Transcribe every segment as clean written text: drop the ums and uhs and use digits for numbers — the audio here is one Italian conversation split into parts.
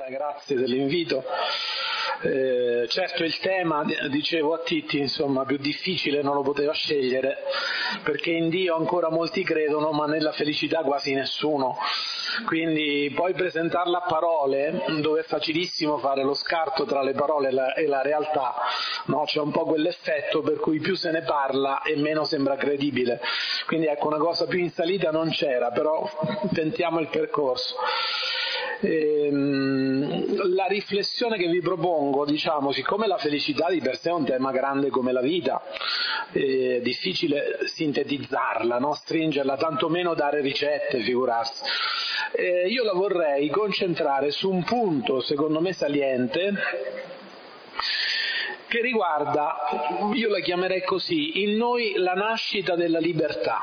Grazie dell'invito. Certo il tema, dicevo a Titti, insomma, più difficile non lo poteva scegliere, perché in Dio ancora molti credono, ma nella felicità quasi nessuno. Quindi poi presentarla a parole, dove è facilissimo fare lo scarto tra le parole e la realtà, no? C'è un po' quell'effetto per cui più se ne parla e meno sembra credibile. Quindi ecco, una cosa più in salita non c'era, però tentiamo il percorso. La riflessione che vi propongo, diciamo, siccome la felicità di per sé è un tema grande come la vita, è difficile sintetizzarla, no? Stringerla, tantomeno dare ricette, figurarsi. Io la vorrei concentrare su un punto, secondo me saliente, che riguarda, io la chiamerei così, in noi la nascita della libertà.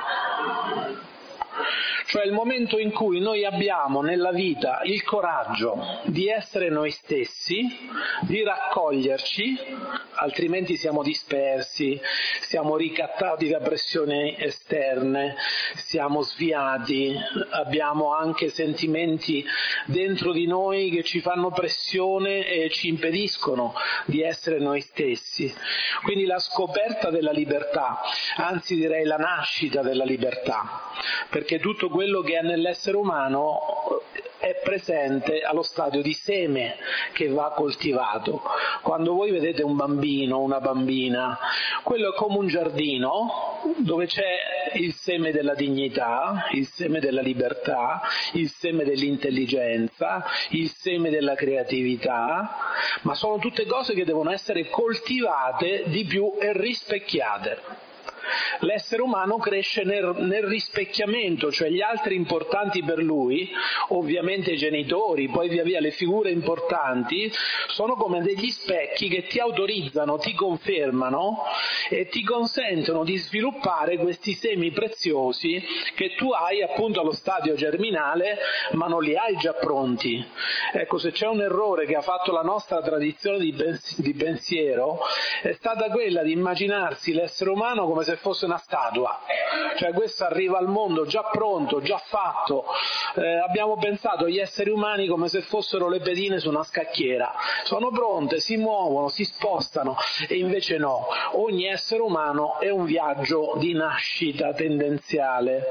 Cioè il momento in cui noi abbiamo nella vita il coraggio di essere noi stessi, di raccoglierci, altrimenti siamo dispersi, siamo ricattati da pressioni esterne, siamo sviati, abbiamo anche sentimenti dentro di noi che ci fanno pressione e ci impediscono di essere noi stessi. Quindi la scoperta della libertà, anzi direi la nascita della libertà, perché tutto quello che è nell'essere umano è presente allo stadio di seme che va coltivato. Quando voi vedete un bambino, una bambina, quello è come un giardino dove c'è il seme della dignità, il seme della libertà, il seme dell'intelligenza, il seme della creatività, ma sono tutte cose che devono essere coltivate di più e rispecchiate. L'essere umano cresce nel rispecchiamento, cioè gli altri importanti per lui, ovviamente i genitori, poi via via le figure importanti, sono come degli specchi che ti autorizzano, ti confermano e ti consentono di sviluppare questi semi preziosi che tu hai appunto allo stadio germinale, ma non li hai già pronti. Ecco, se c'è un errore che ha fatto la nostra tradizione di pensiero, è stata quella di immaginarsi l'essere umano come se fosse una statua, cioè questo arriva al mondo già pronto, già fatto. Abbiamo pensato agli esseri umani come se fossero le pedine su una scacchiera, sono pronte, si muovono, si spostano, e invece no, ogni essere umano è un viaggio di nascita tendenziale.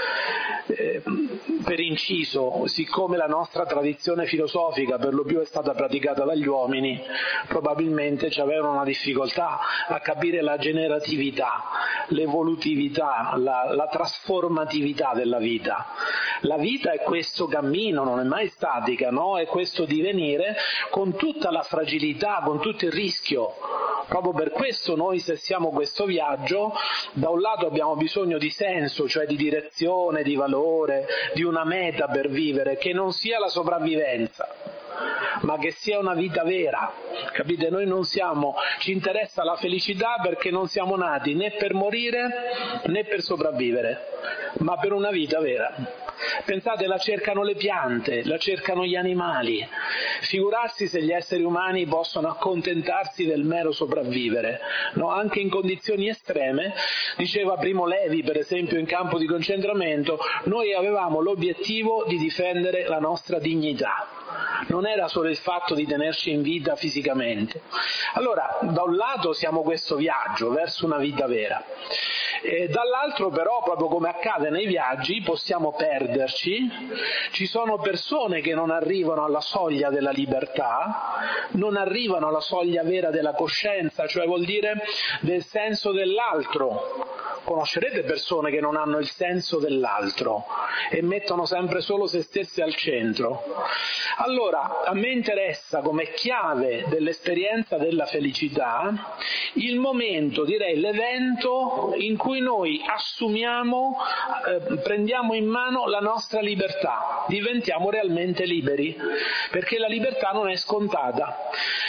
Per inciso, siccome la nostra tradizione filosofica per lo più è stata praticata dagli uomini, probabilmente ci avevano una difficoltà a capire la generatività, l'evolutività, la trasformatività della vita. La vita è questo cammino, non è mai statica, no? È questo divenire con tutta la fragilità, con tutto il rischio. Proprio per questo noi, se siamo questo viaggio, da un lato abbiamo bisogno di senso, cioè di direzione, di valore, di una meta per vivere, che non sia la sopravvivenza, ma che sia una vita vera. Capite? Noi non siamo, ci interessa la felicità perché non siamo nati né per morire né per sopravvivere, ma per una vita vera. Pensate, la cercano le piante, la cercano gli animali. Figurarsi se gli esseri umani possono accontentarsi del mero sopravvivere, no? Anche in condizioni estreme, diceva Primo Levi, per esempio, in campo di concentramento, noi avevamo l'obiettivo di difendere la nostra dignità. Non era solo il fatto di tenerci in vita fisicamente. Allora, da un lato siamo questo viaggio verso una vita vera, e dall'altro però, proprio come accade nei viaggi, possiamo perderci. Ci sono persone che non arrivano alla soglia della libertà, non arrivano alla soglia vera della coscienza, cioè vuol dire del senso dell'altro. Conoscerete persone che non hanno il senso dell'altro e mettono sempre solo se stesse al centro. Allora, a me interessa come chiave dell'esperienza della felicità il momento, direi l'evento in cui noi assumiamo, prendiamo in mano la nostra libertà, diventiamo realmente liberi, perché la libertà non è scontata.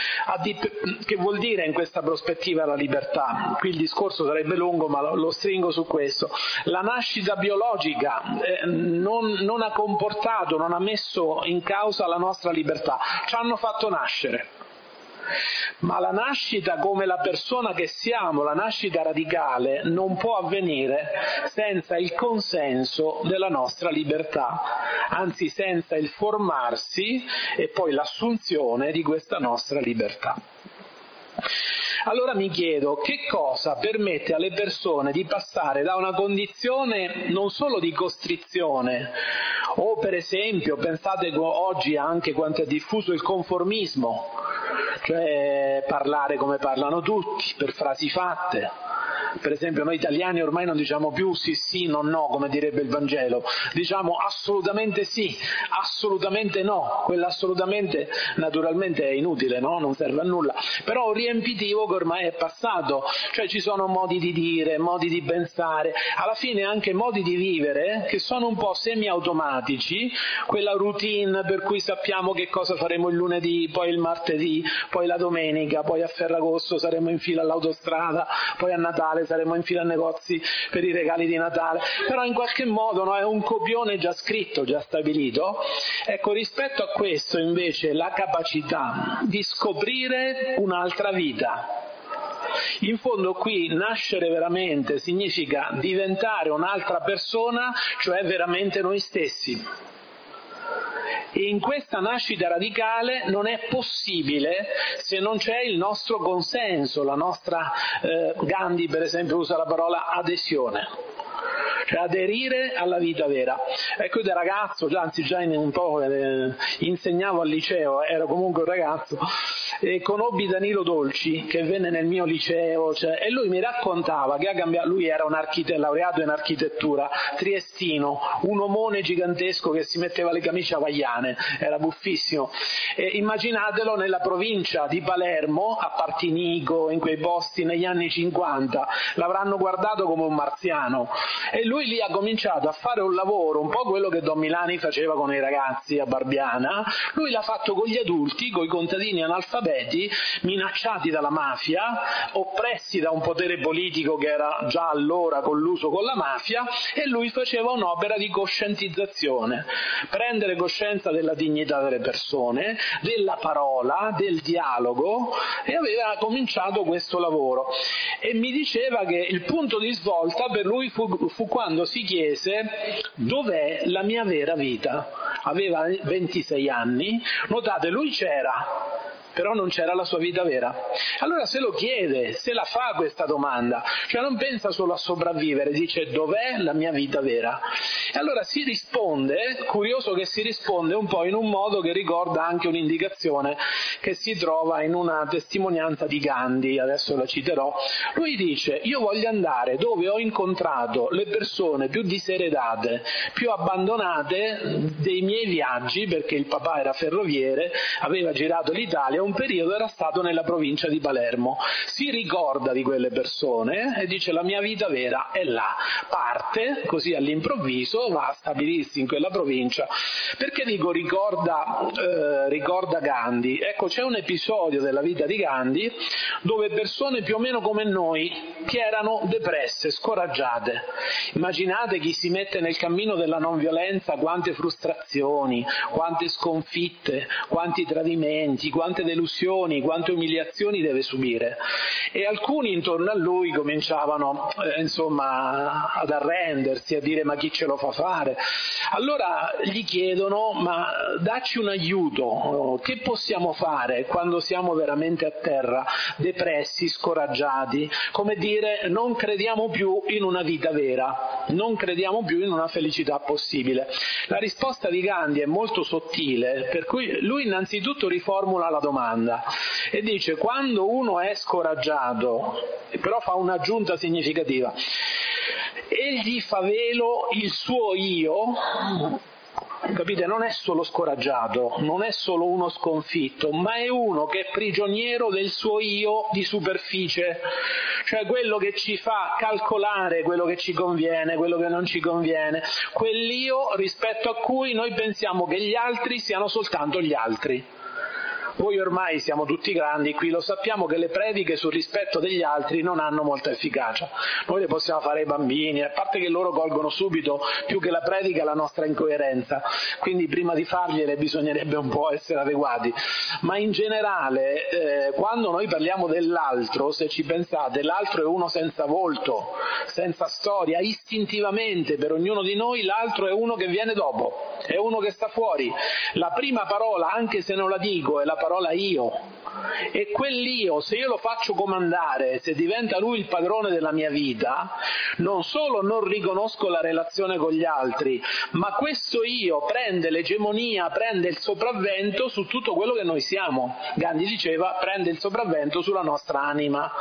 Che vuol dire in questa prospettiva la libertà? Qui il discorso sarebbe lungo, ma lo stringo su questo. La nascita biologica non ha comportato, non ha messo in causa la nostra libertà, ci hanno fatto nascere. ma la nascita come la persona che siamo, la nascita radicale, non può avvenire senza il consenso della nostra libertà, anzi senza il formarsi e poi l'assunzione di questa nostra libertà. Allora mi chiedo, che cosa permette alle persone di passare da una condizione non solo di costrizione, o per esempio, pensate oggi anche quanto è diffuso il conformismo, cioè parlare come parlano tutti, per frasi fatte. Per esempio noi italiani ormai non diciamo più sì sì, no no, come direbbe il Vangelo, diciamo assolutamente sì, assolutamente no. Quella assolutamente naturalmente è inutile, no? Non serve a nulla, però un riempitivo che ormai è passato, cioè ci sono modi di dire, modi di pensare, alla fine anche modi di vivere che sono un po' semi-automatici, quella routine per cui sappiamo che cosa faremo il lunedì, poi il martedì, poi la domenica, poi a Ferragosto saremo in fila all'autostrada, poi a Natale saremo in fila a negozi per i regali di Natale, però in qualche modo, no, è un copione già scritto, già stabilito. Ecco, rispetto a questo invece la capacità di scoprire un'altra vita. In fondo qui nascere veramente significa diventare un'altra persona, cioè veramente noi stessi. E in questa nascita radicale non è possibile se non c'è il nostro consenso, la nostra, Gandhi per esempio usa la parola adesione, cioè aderire alla vita vera. Ecco, da ragazzo, anzi già un po' insegnavo al liceo, ero comunque un ragazzo, e conobbi Danilo Dolci che venne nel mio liceo, e lui mi raccontava che ha cambiato, lui era un laureato in architettura, triestino, un omone gigantesco che si metteva le camicie hawaiane, era buffissimo, e immaginatelo nella provincia di Palermo, a Partinico, in quei posti negli anni 50, l'avranno guardato come un marziano, e lui lì ha cominciato a fare un lavoro, un po' quello che Don Milani faceva con i ragazzi a Barbiana, lui l'ha fatto con gli adulti, con i contadini analfabeti, minacciati dalla mafia, oppressi da un potere politico che era già allora colluso con la mafia, e lui faceva un'opera di coscientizzazione, prendere coscienza della dignità delle persone, della parola, del dialogo, e aveva cominciato questo lavoro. E mi diceva che il punto di svolta per lui fu quando si chiese: dov'è la mia vera vita? Aveva 26 anni, notate, lui c'era, però non c'era la sua vita vera. Allora se lo chiede, se la fa questa domanda, cioè non pensa solo a sopravvivere, dice: dov'è la mia vita vera? E allora si risponde, curioso che si risponde un po' in un modo che ricorda anche un'indicazione che si trova in una testimonianza di Gandhi, adesso la citerò. Lui dice: io voglio andare dove ho incontrato le persone più diseredate, più abbandonate dei miei viaggi, perché il papà era ferroviere, aveva girato l'Italia, un periodo era stato nella provincia di Palermo, si ricorda di quelle persone e dice: la mia vita vera è là, parte così all'improvviso, va a stabilirsi in quella provincia. Perché dico ricorda Gandhi? Ecco, c'è un episodio della vita di Gandhi dove persone più o meno come noi, che erano depresse, scoraggiate, immaginate chi si mette nel cammino della non violenza, quante frustrazioni, quante sconfitte, quanti tradimenti, quante delusioni, quante umiliazioni deve subire, e alcuni intorno a lui cominciavano ad arrendersi, a dire: ma chi ce lo fa fare? Allora gli chiedono: ma dacci un aiuto, che possiamo fare quando siamo veramente a terra, depressi, scoraggiati, come dire non crediamo più in una vita vera, non crediamo più in una felicità possibile? La risposta di Gandhi è molto sottile, per cui lui innanzitutto riformula la domanda e dice: quando uno è scoraggiato, però fa un'aggiunta significativa, egli fa velo il suo io. Capite? Non è solo scoraggiato, non è solo uno sconfitto, ma è uno che è prigioniero del suo io di superficie, cioè quello che ci fa calcolare quello che ci conviene, quello che non ci conviene, quell'io rispetto a cui noi pensiamo che gli altri siano soltanto gli altri. Voi ormai siamo tutti grandi, qui lo sappiamo che le prediche sul rispetto degli altri non hanno molta efficacia. Noi le possiamo fare ai bambini, a parte che loro colgono subito più che la predica la nostra incoerenza, quindi prima di fargliele bisognerebbe un po' essere adeguati. Ma in generale, quando noi parliamo dell'altro, se ci pensate, l'altro è uno senza volto, senza storia, istintivamente per ognuno di noi l'altro è uno che viene dopo, è uno che sta fuori. La prima parola, anche se non la dico, è la parola io. E quell'io, se io lo faccio comandare, se diventa lui il padrone della mia vita, non solo non riconosco la relazione con gli altri, ma questo io prende l'egemonia, prende il sopravvento su tutto quello che noi siamo. Gandhi diceva, prende il sopravvento sulla nostra anima.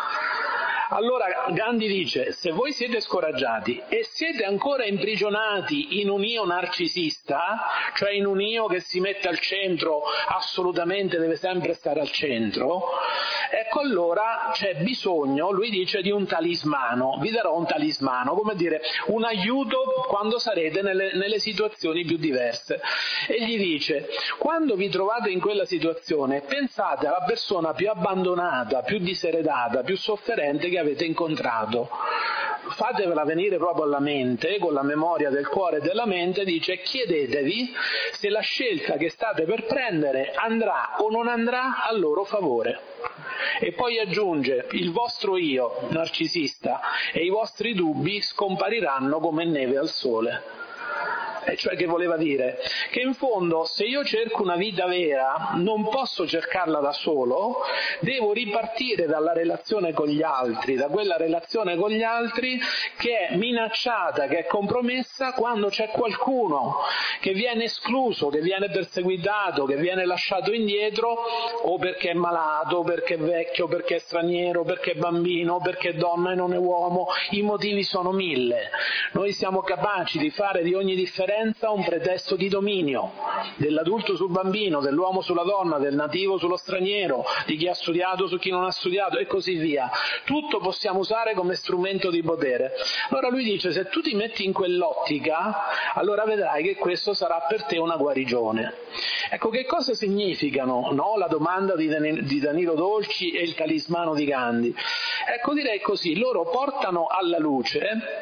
Allora Gandhi dice, se voi siete scoraggiati e siete ancora imprigionati in un io narcisista, cioè in un io che si mette al centro, assolutamente deve sempre stare al centro, ecco allora c'è bisogno, lui dice, di un talismano, vi darò un talismano, come dire, un aiuto quando sarete nelle situazioni più diverse. E gli dice, quando vi trovate in quella situazione, pensate alla persona più abbandonata, più diseredata, più sofferente che avete incontrato. Fatevela venire proprio alla mente, con la memoria del cuore e della mente, dice, chiedetevi se la scelta che state per prendere andrà o non andrà a loro favore. E poi aggiunge, il vostro io narcisista e i vostri dubbi scompariranno come neve al sole. E cioè che voleva dire? Che in fondo se io cerco una vita vera non posso cercarla da solo, devo ripartire dalla relazione con gli altri, da quella relazione con gli altri che è minacciata, che è compromessa quando c'è qualcuno che viene escluso, che viene perseguitato, che viene lasciato indietro, o perché è malato, o perché è vecchio, o perché è straniero, o perché è bambino, o perché è donna e non è uomo. I motivi sono 1000. Noi siamo capaci di fare di ogni differenza un pretesto di dominio, dell'adulto sul bambino, dell'uomo sulla donna, del nativo sullo straniero, di chi ha studiato su chi non ha studiato e così via. Tutto possiamo usare come strumento di potere. Allora lui dice, se tu ti metti in quell'ottica, allora vedrai che questo sarà per te una guarigione. Ecco, che cosa significano, no? La domanda di Danilo Dolci e il talismano di Gandhi? Ecco, direi così, loro portano alla luce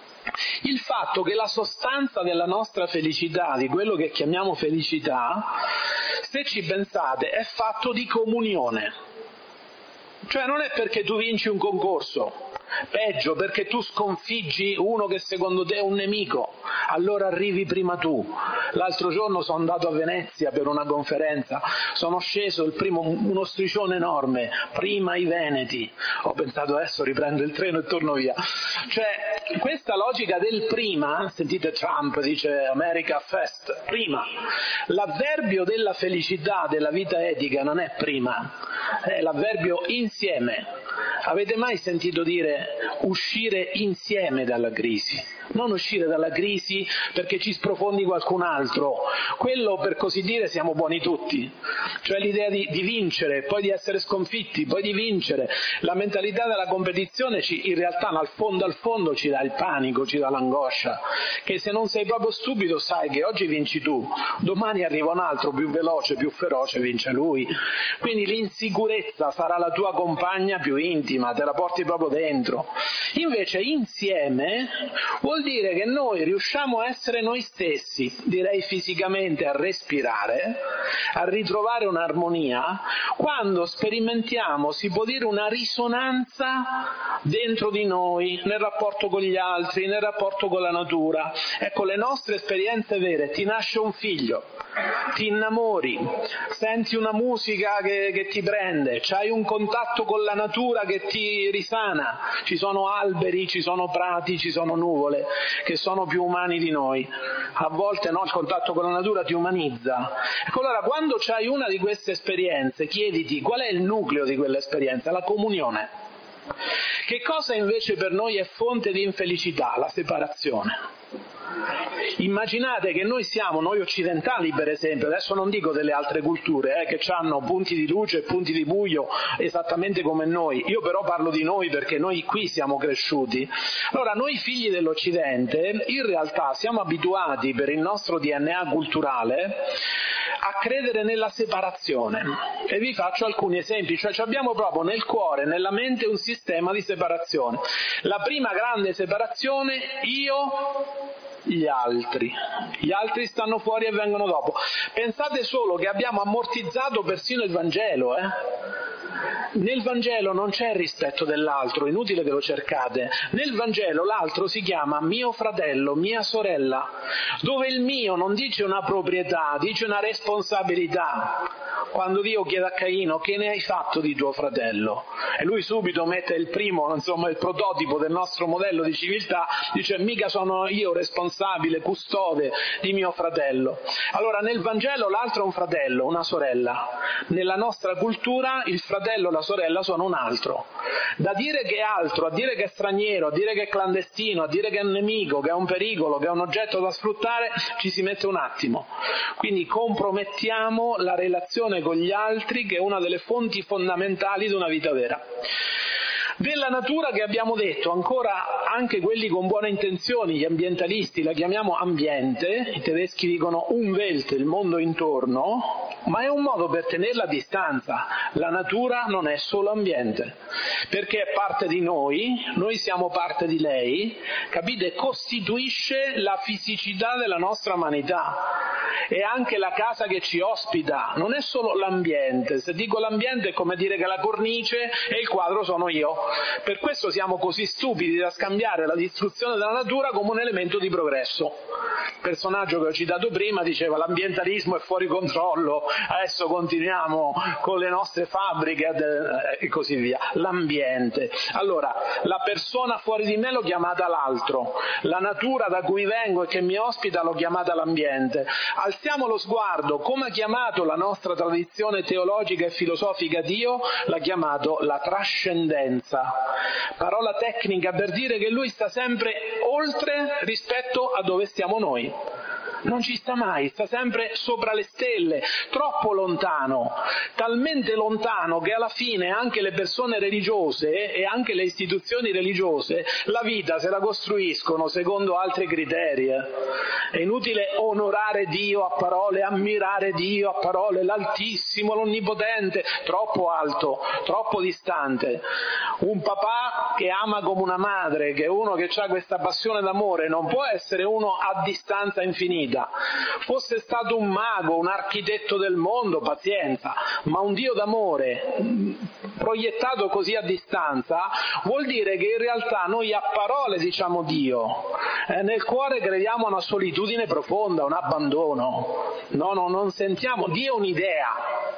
il fatto che la sostanza della nostra felicità, di quello che chiamiamo felicità, se ci pensate, è fatto di comunione. Cioè non è perché tu vinci un concorso, peggio, perché tu sconfiggi uno che secondo te è un nemico, allora arrivi prima tu. L'altro giorno sono andato a Venezia per una conferenza, sono sceso, uno striscione enorme, prima i veneti, ho pensato adesso riprendo il treno e torno via. Cioè questa logica del prima, sentite Trump dice America First, prima, l'avverbio della felicità, della vita etica non è prima, è l'avverbio insieme. Avete mai sentito dire uscire insieme dalla crisi? Non uscire dalla crisi perché ci sprofondi qualcun altro, quello per così dire siamo buoni tutti, cioè l'idea di vincere, poi di essere sconfitti, poi di vincere. La mentalità della competizione in realtà al fondo ci dà il panico, ci dà l'angoscia, che se non sei proprio stupido sai che oggi vinci tu, domani arriva un altro più veloce, più feroce, vince lui. Quindi l'insicurezza sarà la tua compagna più intima, te la porti proprio dentro. Invece insieme vuol dire che noi riusciamo a essere noi stessi, direi fisicamente a respirare, a ritrovare un'armonia, quando sperimentiamo, si può dire, una risonanza dentro di noi, nel rapporto con gli altri, nel rapporto con la natura. Ecco, le nostre esperienze vere, ti nasce un figlio, ti innamori, senti una musica che ti prende, c'hai un contatto con la natura che ti risana, ci sono alberi, ci sono prati, ci sono nuvole che sono più umani di noi. A volte no, il contatto con la natura ti umanizza. Ecco, allora quando c'hai una di queste esperienze, chiediti qual è il nucleo di quell'esperienza, la comunione. Che cosa invece per noi è fonte di infelicità? La separazione. Immaginate che noi occidentali per esempio, adesso non dico delle altre culture che hanno punti di luce e punti di buio esattamente come noi, io però parlo di noi perché noi qui siamo cresciuti. Allora noi figli dell'Occidente in realtà siamo abituati per il nostro DNA culturale a credere nella separazione. E vi faccio alcuni esempi, cioè abbiamo proprio nel cuore, nella mente un sistema di separazione. La prima grande separazione, io, gli altri stanno fuori e vengono dopo. Pensate solo che abbiamo ammortizzato persino il Vangelo, Nel Vangelo non c'è il rispetto dell'altro, è inutile che lo cercate. Nel Vangelo l'altro si chiama mio fratello, mia sorella, dove il mio non dice una proprietà, dice una responsabilità. Quando Dio chiede a Caino che ne hai fatto di tuo fratello, e lui subito mette il primo, il prototipo del nostro modello di civiltà, dice mica sono io responsabile, custode di mio fratello. Allora nel Vangelo l'altro è un fratello, una sorella. Nella nostra cultura il fratello e la sorella sono un altro. Da dire che è altro, a dire che è straniero, a dire che è clandestino, a dire che è un nemico, che è un pericolo, che è un oggetto da sfruttare, ci si mette un attimo. Quindi compromettiamo la relazione con gli altri, che è una delle fonti fondamentali di una vita vera. Della natura che abbiamo detto, ancora anche quelli con buone intenzioni, gli ambientalisti la chiamiamo ambiente, i tedeschi dicono Umwelt, il mondo intorno, ma è un modo per tenerla a distanza. La natura non è solo ambiente, perché è parte di noi siamo parte di lei, capite? Costituisce la fisicità della nostra umanità. E anche la casa che ci ospita non è solo l'ambiente. Se dico l'ambiente è come dire che la cornice e il quadro sono io. Per questo siamo così stupidi da scambiare la distruzione della natura come un elemento di progresso. Il personaggio che ho citato prima diceva l'ambientalismo è fuori controllo, adesso continuiamo con le nostre fabbriche e così via. L'ambiente. Allora, la persona fuori di me l'ho chiamata l'altro, la natura da cui vengo e che mi ospita l'ho chiamata l'ambiente. Alziamo lo sguardo, come ha chiamato la nostra tradizione teologica e filosofica Dio, l'ha chiamato la trascendenza, parola tecnica per dire che Lui sta sempre oltre rispetto a dove stiamo noi. Non ci sta mai, sta sempre sopra le stelle, troppo lontano, talmente lontano che alla fine anche le persone religiose e anche le istituzioni religiose la vita se la costruiscono secondo altri criteri. È inutile onorare Dio a parole, ammirare Dio a parole, l'Altissimo, l'Onnipotente, troppo alto, troppo distante. Un papà che ama come una madre, che è uno che ha questa passione d'amore, non può essere uno a distanza infinita. Fosse stato un mago, un architetto del mondo, pazienza, ma un Dio d'amore proiettato così a distanza vuol dire che in realtà noi a parole diciamo Dio, nel cuore crediamo a una solitudine profonda, un abbandono. No, non sentiamo Dio, è un'idea,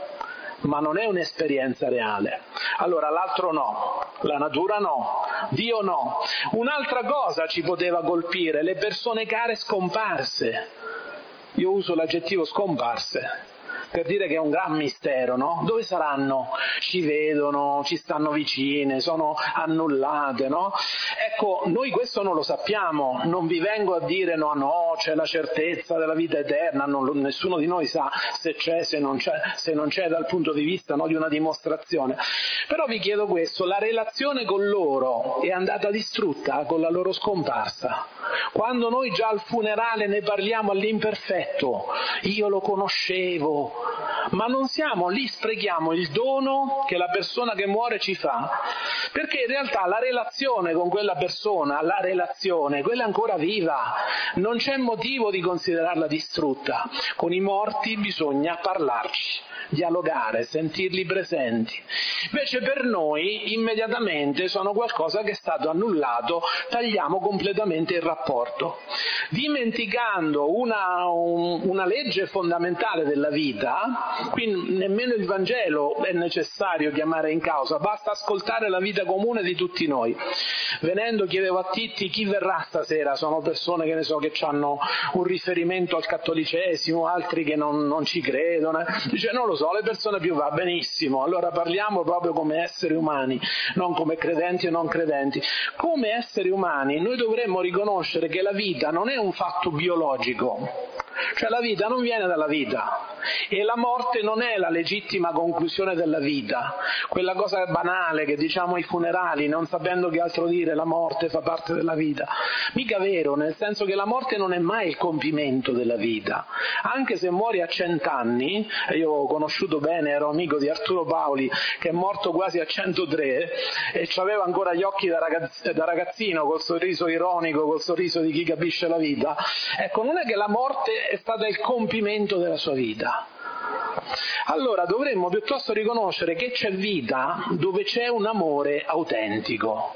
ma non è un'esperienza reale. Allora l'altro no, la natura no, Dio no. Un'altra cosa ci poteva colpire, le persone care scomparse. Io uso l'aggettivo scomparse per dire che è un gran mistero, no? Dove saranno? Ci vedono, ci stanno vicine, sono annullate, no? Ecco, noi questo non lo sappiamo, non vi vengo a dire no, c'è la certezza della vita eterna, nessuno di noi sa se c'è, se non c'è dal punto di vista, no, di una dimostrazione. Però vi chiedo questo, la relazione con loro è andata distrutta con la loro scomparsa. Quando noi già al funerale ne parliamo all'imperfetto, io lo conoscevo, ma non siamo lì, sprechiamo il dono che la persona che muore ci fa, perché in realtà la relazione con quella persona, quella è ancora viva, non c'è motivo di considerarla distrutta. Con i morti bisogna parlarci, dialogare, sentirli presenti. Invece per noi immediatamente sono qualcosa che è stato annullato, tagliamo completamente il rapporto, dimenticando una legge fondamentale della vita. Qui nemmeno il Vangelo è necessario chiamare in causa, basta ascoltare la vita comune di tutti noi. Venendo chiedevo a Titti chi verrà stasera, sono persone che hanno un riferimento al cattolicesimo, altri che non ci credono, dice non lo so, le persone più va benissimo, allora parliamo proprio come esseri umani, non come credenti o non credenti. Come esseri umani noi dovremmo riconoscere che la vita non è un fatto biologico, Cioè la vita non viene dalla vita e la morte non è la legittima conclusione della vita, quella cosa banale che diciamo ai funerali non sapendo che altro dire, la morte fa parte della vita. Mica vero, nel senso che la morte non è mai il compimento della vita. Anche se muori a 100 anni, io ho conosciuto bene, ero amico di Arturo Paoli che è morto quasi a 103 e aveva ancora gli occhi da ragazzino, col sorriso ironico, col sorriso di chi capisce la vita. Ecco, non è che la morte è stata il compimento della sua vita. Allora dovremmo piuttosto riconoscere che c'è vita dove c'è un amore autentico.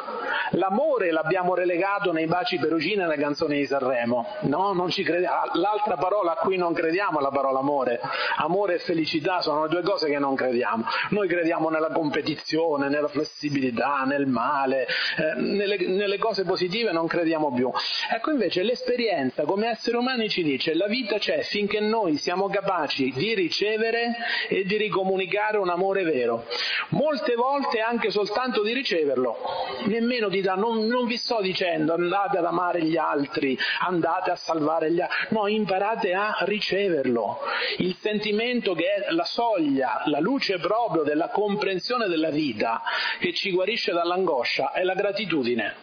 L'amore l'abbiamo relegato nei baci perugini nelle canzoni di Sanremo, no? Non ci crediamo. L'altra parola a cui non crediamo è la parola amore. Amore e felicità sono le due cose che non crediamo. Noi crediamo nella competizione, nella flessibilità, nel male, nelle cose positive non crediamo più. Ecco invece l'esperienza come esseri umani ci dice la vita c'è finché noi siamo capaci di ricevere e di ricomunicare un amore vero. Molte volte anche soltanto di riceverlo, nemmeno di non vi sto dicendo andate ad amare gli altri, andate a salvare gli altri, no, imparate a riceverlo. Il sentimento che è la soglia, la luce proprio della comprensione della vita che ci guarisce dall'angoscia è la gratitudine.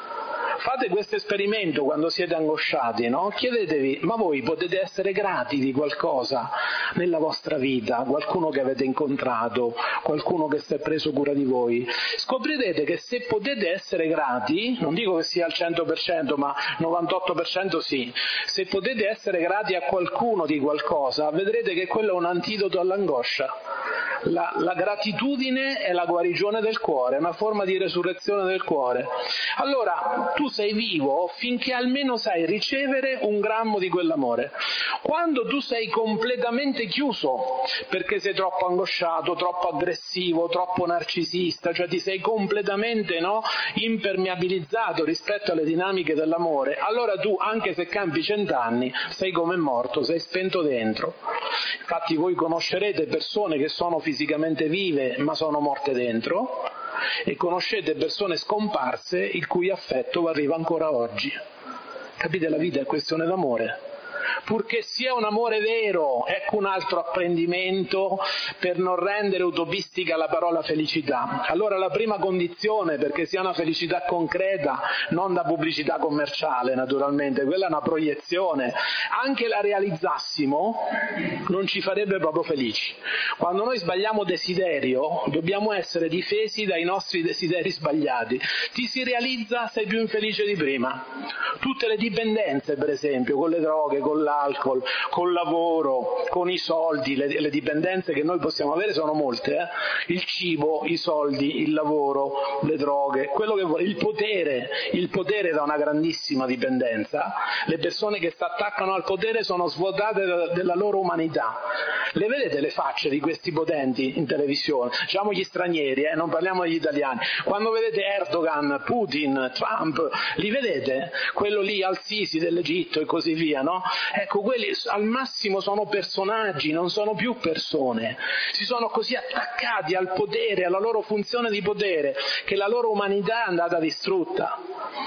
Fate questo esperimento quando siete angosciati, no? Chiedetevi, ma voi potete essere grati di qualcosa nella vostra vita, qualcuno che avete incontrato, qualcuno che si è preso cura di voi? Scoprirete che se potete essere grati, non dico che sia al 100%, ma 98% sì, se potete essere grati a qualcuno di qualcosa, vedrete che quello è un antidoto all'angoscia. La gratitudine è la guarigione del cuore, è una forma di resurrezione del cuore. Allora, tu sei vivo finché almeno sai ricevere un grammo di quell'amore. Quando tu sei completamente chiuso, perché sei troppo angosciato, troppo aggressivo, troppo narcisista, cioè ti sei completamente impermeabilizzato rispetto alle dinamiche dell'amore, allora tu, anche se campi 100 anni, sei come morto, sei spento dentro. Infatti voi conoscerete persone che sono fisicamente vive ma sono morte dentro, e conoscete persone scomparse il cui affetto arriva ancora oggi. Capite? La vita è questione d'amore. Purché sia un amore vero, ecco un altro apprendimento per non rendere utopistica la parola felicità. Allora la prima condizione perché sia una felicità concreta, non da pubblicità commerciale naturalmente, quella è una proiezione, anche la realizzassimo non ci farebbe proprio felici. Quando noi sbagliamo desiderio dobbiamo essere difesi dai nostri desideri sbagliati. Ti si realizza, sei più infelice di prima. Tutte le dipendenze, per esempio, con le droghe, con l'alcol, col lavoro, con i soldi, le dipendenze che noi possiamo avere sono molte, il cibo, i soldi, il lavoro, le droghe, quello che vuole, il potere da una grandissima dipendenza. Le persone che si attaccano al potere sono svuotate della loro umanità. Le vedete le facce di questi potenti in televisione? Diciamo gli stranieri, non parliamo degli italiani. Quando vedete Erdogan, Putin, Trump, li vedete? Quello lì al-Sisi dell'Egitto e così via, no? Ecco, quelli al massimo sono personaggi, non sono più persone. Si sono così attaccati al potere, alla loro funzione di potere, che la loro umanità è andata distrutta.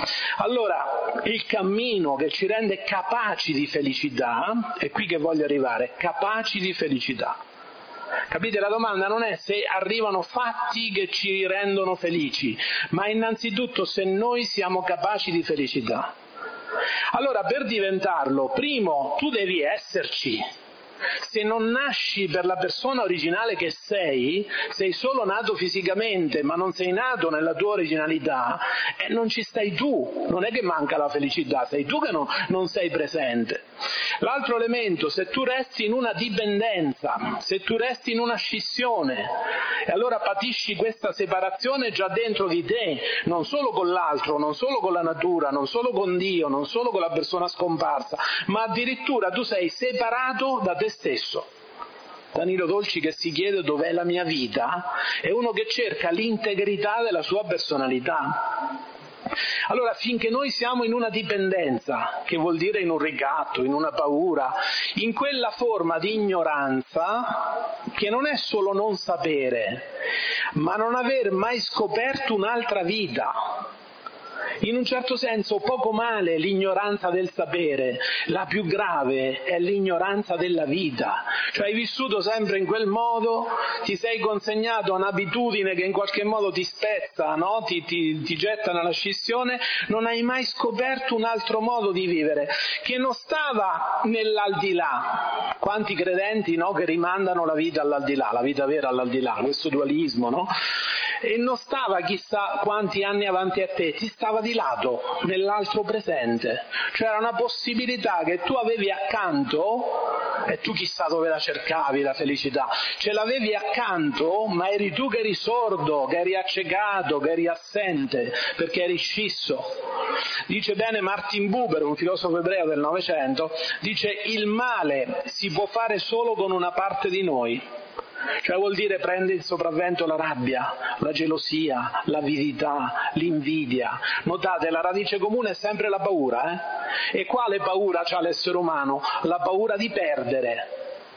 Allora, il cammino che ci rende capaci di felicità, è qui che voglio arrivare, capaci di felicità. Capite? La domanda non è se arrivano fatti che ci rendono felici, ma innanzitutto se noi siamo capaci di felicità. Allora, per diventarlo, primo, tu devi esserci. Se non nasci per la persona originale che sei solo nato fisicamente, ma non sei nato nella tua originalità, non ci stai tu, non è che manca la felicità, sei tu che non sei presente. L'altro elemento, se tu resti in una dipendenza, se tu resti in una scissione, e allora patisci questa separazione già dentro di te, non solo con l'altro, non solo con la natura, non solo con Dio, non solo con la persona scomparsa, ma addirittura tu sei separato da te stesso. Danilo Dolci, che si chiede dov'è la mia vita, è uno che cerca l'integrità della sua personalità. Allora, finché noi siamo in una dipendenza, che vuol dire in un ricatto, in una paura, in quella forma di ignoranza, che non è solo non sapere, ma non aver mai scoperto un'altra vita. In un certo senso poco male l'ignoranza del sapere, la più grave è l'ignoranza della vita. Cioè hai vissuto sempre in quel modo, ti sei consegnato a un'abitudine che in qualche modo ti spezza, no? ti getta nella scissione, non hai mai scoperto un altro modo di vivere, che non stava nell'aldilà. Quanti credenti, no, che rimandano la vita all'aldilà, la vita vera all'aldilà, questo dualismo, no? E non stava chissà quanti anni avanti a te, ti stava di lato, nell'altro presente. C'era una possibilità che tu avevi accanto, e tu chissà dove la cercavi la felicità, ce l'avevi accanto, ma eri tu che eri sordo, che eri accecato, che eri assente, perché eri scisso. Dice bene Martin Buber, un filosofo ebreo del Novecento, dice: il male si può fare solo con una parte di noi. Cioè vuol dire prende il sopravvento la rabbia, la gelosia, l'avidità, l'invidia. Notate, la radice comune è sempre la paura, E quale paura c'ha l'essere umano? La paura di perdere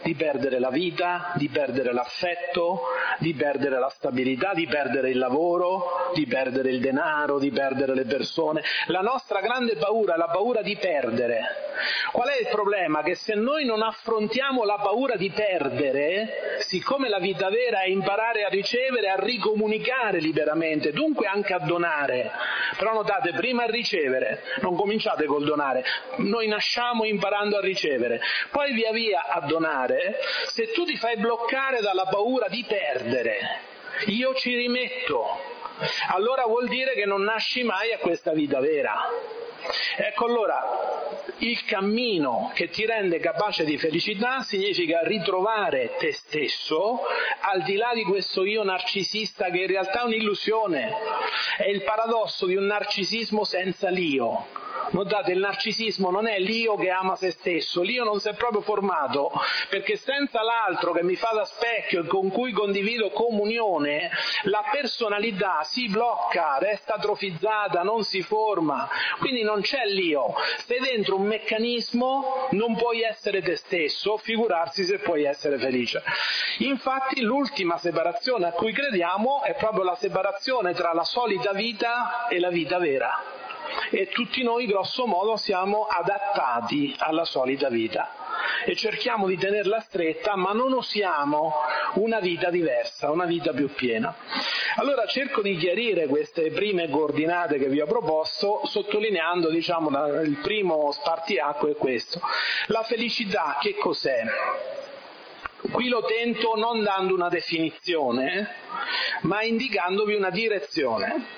la vita, di perdere l'affetto, di perdere la stabilità, di perdere il lavoro, di perdere il denaro, di perdere le persone. La nostra grande paura è la paura di perdere. Qual è il problema? Che se noi non affrontiamo la paura di perdere, siccome la vita vera è imparare a ricevere, a ricomunicare liberamente, dunque anche a donare. Però notate, prima a ricevere, non cominciate col donare, noi nasciamo imparando a ricevere, poi via via a donare. Se tu ti fai bloccare dalla paura di perdere, io ci rimetto, allora vuol dire che non nasci mai a questa vita vera. Ecco, allora il cammino che ti rende capace di felicità significa ritrovare te stesso al di là di questo io narcisista, che in realtà è un'illusione, è il paradosso di un narcisismo senza l'io. Notate, il narcisismo non è l'io che ama se stesso, l'io non si è proprio formato, perché senza l'altro che mi fa da specchio e con cui condivido comunione, la personalità si blocca, resta atrofizzata, non si forma, quindi non c'è l'io. Sei dentro un meccanismo, non puoi essere te stesso, figurarsi se puoi essere felice. Infatti l'ultima separazione a cui crediamo è proprio la separazione tra la solita vita e la vita vera. E tutti noi grosso modo siamo adattati alla solita vita e cerchiamo di tenerla stretta, ma non osiamo una vita diversa, una vita più piena. Allora cerco di chiarire queste prime coordinate che vi ho proposto, sottolineando, il primo spartiacque è questo. La felicità che cos'è? Qui lo tento non dando una definizione, ma indicandovi una direzione.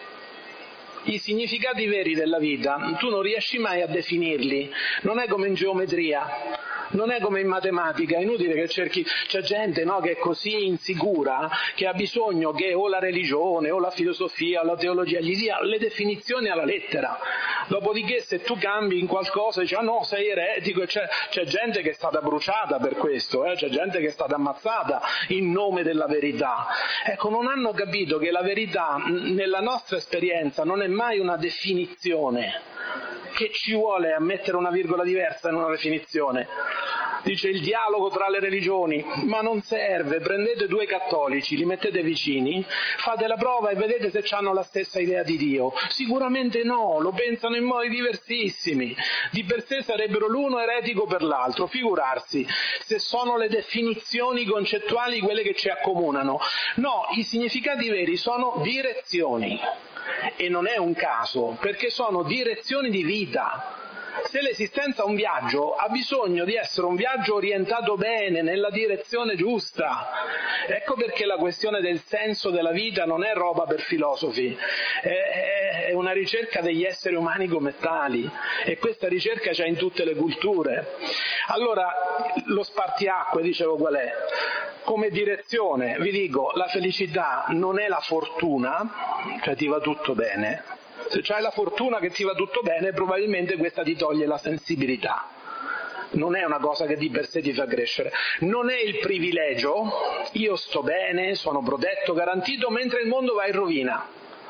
I significati veri della vita tu non riesci mai a definirli, non è come in geometria, non è come in matematica, è inutile che cerchi, c'è gente, no, che è così insicura che ha bisogno che o la religione o la filosofia o la teologia gli dia le definizioni alla lettera, dopodiché se tu cambi in qualcosa dici no, sei eretico, e c'è gente che è stata bruciata per questo, c'è gente che è stata ammazzata in nome della verità. Ecco, non hanno capito che la verità nella nostra esperienza non è mai una definizione, che ci vuole a mettere una virgola diversa in una definizione. Dice il dialogo tra le religioni, ma non serve, prendete due cattolici, li mettete vicini, fate la prova e vedete se hanno la stessa idea di Dio. Sicuramente no, lo pensano in modi diversissimi, di per sé sarebbero l'uno eretico per l'altro, figurarsi se sono le definizioni concettuali quelle che ci accomunano. No, i significati veri sono direzioni. E non è un caso, perché sono direzioni di vita. Se l'esistenza è un viaggio, ha bisogno di essere un viaggio orientato bene, nella direzione giusta. Ecco perché la questione del senso della vita non è roba per filosofi, è una ricerca degli esseri umani come tali, e questa ricerca c'è in tutte le culture. Allora, lo spartiacque, dicevo qual è? Come direzione, vi dico, la felicità non è la fortuna, cioè ti va tutto bene. Se c'hai la fortuna che ti va tutto bene, probabilmente questa ti toglie la sensibilità. Non è una cosa che di per sé ti fa crescere. Non è il privilegio, io sto bene, sono protetto, garantito, mentre il mondo va in rovina.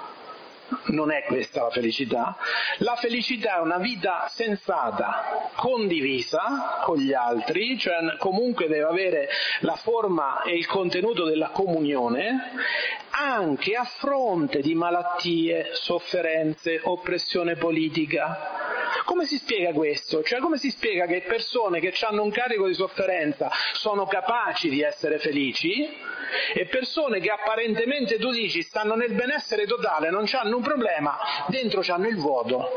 Non è questa la felicità. La felicità è una vita sensata, condivisa con gli altri, cioè comunque deve avere la forma e il contenuto della comunione, anche a fronte di malattie, sofferenze, oppressione politica. Come si spiega questo? Cioè, come si spiega che persone che hanno un carico di sofferenza sono capaci di essere felici e persone che apparentemente tu dici stanno nel benessere totale, non hanno un problema, dentro hanno il vuoto?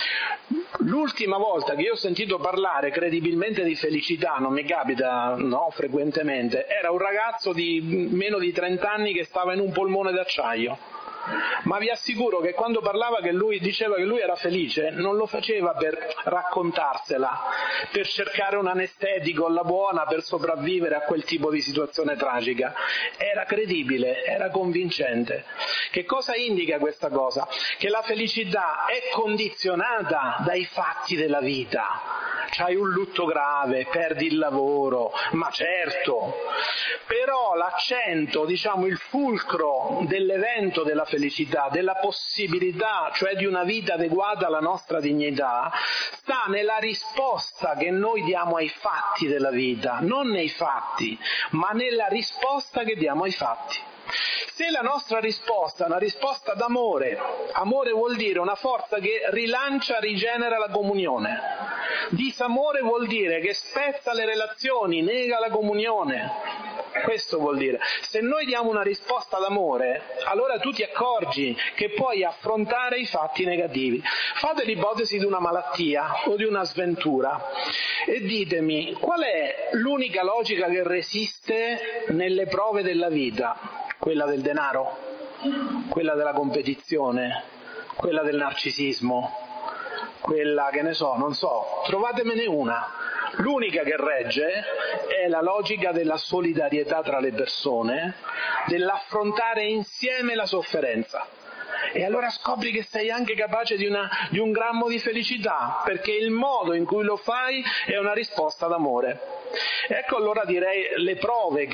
L'ultima volta che io ho sentito parlare credibilmente di felicità, non mi capita frequentemente, era un ragazzo di meno di 30 anni che stava in un polmone d'acciaio. Ma vi assicuro che quando parlava che lui diceva che lui era felice, non lo faceva per raccontarsela, per cercare un anestetico alla buona per sopravvivere a quel tipo di situazione tragica. Era credibile, era convincente. Che cosa indica questa cosa? Che la felicità è condizionata dai fatti della vita. C'hai un lutto grave, perdi il lavoro, ma certo, però l'accento, il fulcro dell'evento della felicità, della possibilità, cioè di una vita adeguata alla nostra dignità, sta nella risposta che noi diamo ai fatti della vita, non nei fatti, ma nella risposta che diamo ai fatti. Se la nostra risposta è una risposta d'amore, amore vuol dire una forza che rilancia, rigenera la comunione. Disamore vuol dire che spezza le relazioni, nega la comunione. Questo vuol dire. Se noi diamo una risposta d'amore, allora tu ti accorgi che puoi affrontare i fatti negativi. Fate l'ipotesi di una malattia o di una sventura e ditemi qual è l'unica logica che resiste nelle prove della vita? Quella del denaro? Quella della competizione? Quella del narcisismo? Quella trovatemene una. L'unica che regge è la logica della solidarietà tra le persone, dell'affrontare insieme la sofferenza. E allora scopri che sei anche capace di un grammo di felicità, perché il modo in cui lo fai è una risposta d'amore. Ecco allora direi le prove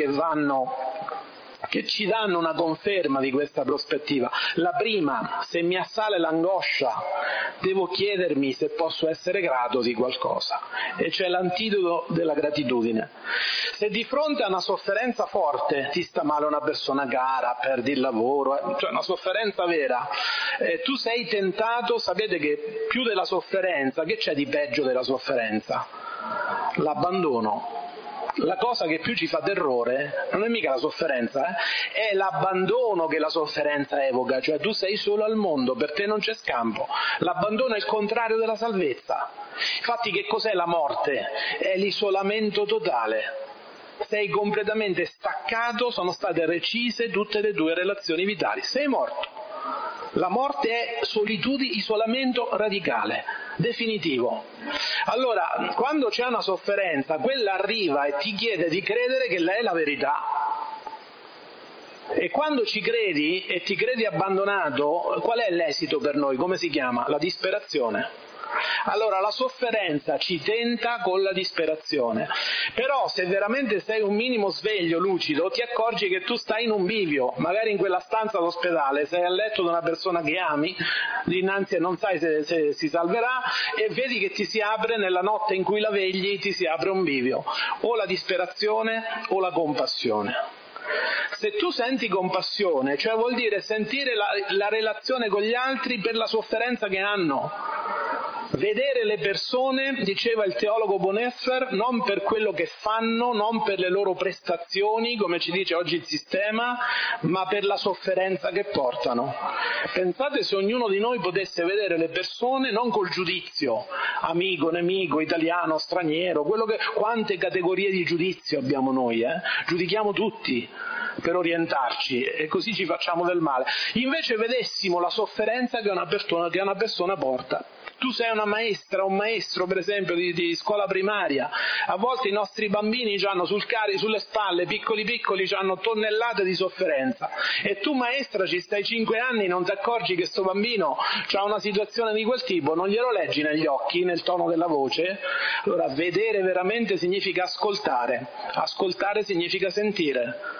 che ci danno una conferma di questa prospettiva. La prima, se mi assale l'angoscia, devo chiedermi se posso essere grato di qualcosa, e c'è l'antidoto della gratitudine. Se di fronte a una sofferenza forte, ti sta male una persona cara, perdi il lavoro, cioè una sofferenza vera, tu sei tentato, sapete che più della sofferenza, che c'è di peggio della sofferenza? L'abbandono. La cosa che più ci fa terrore non è mica la sofferenza, è l'abbandono che la sofferenza evoca, cioè tu sei solo al mondo, per te non c'è scampo. L'abbandono è il contrario della salvezza. Infatti che cos'è la morte? È l'isolamento totale. Sei completamente staccato, sono state recise tutte le tue relazioni vitali, sei morto. La morte è solitudine, isolamento radicale, definitivo. Allora, quando c'è una sofferenza, quella arriva e ti chiede di credere che lei è la verità. E quando ci credi e ti credi abbandonato, qual è l'esito per noi? Come si chiama? La disperazione. Allora la sofferenza ci tenta con la disperazione, però se veramente sei un minimo sveglio, lucido, ti accorgi che tu stai in un bivio, magari in quella stanza d'ospedale, sei a letto di una persona che ami, dinanzi e non sai se si salverà, e vedi che ti si apre nella notte in cui la vegli, ti si apre un bivio, o la disperazione o la compassione. Se tu senti compassione, cioè vuol dire sentire la relazione con gli altri per la sofferenza che hanno. Vedere le persone, diceva il teologo Bonhoeffer, non per quello che fanno, non per le loro prestazioni, come ci dice oggi il sistema, ma per la sofferenza che portano. Pensate se ognuno di noi potesse vedere le persone non col giudizio, amico, nemico, italiano, straniero, quante categorie di giudizio abbiamo noi, giudichiamo tutti per orientarci e così ci facciamo del male. Invece vedessimo la sofferenza che una persona porta. Tu sei una maestra, un maestro per esempio di scuola primaria, a volte i nostri bambini hanno sulle spalle, piccoli, hanno tonnellate di sofferenza, e tu maestra ci stai 5 anni, non ti accorgi che sto bambino ha una situazione di quel tipo, non glielo leggi negli occhi, nel tono della voce? Allora vedere veramente significa ascoltare significa sentire.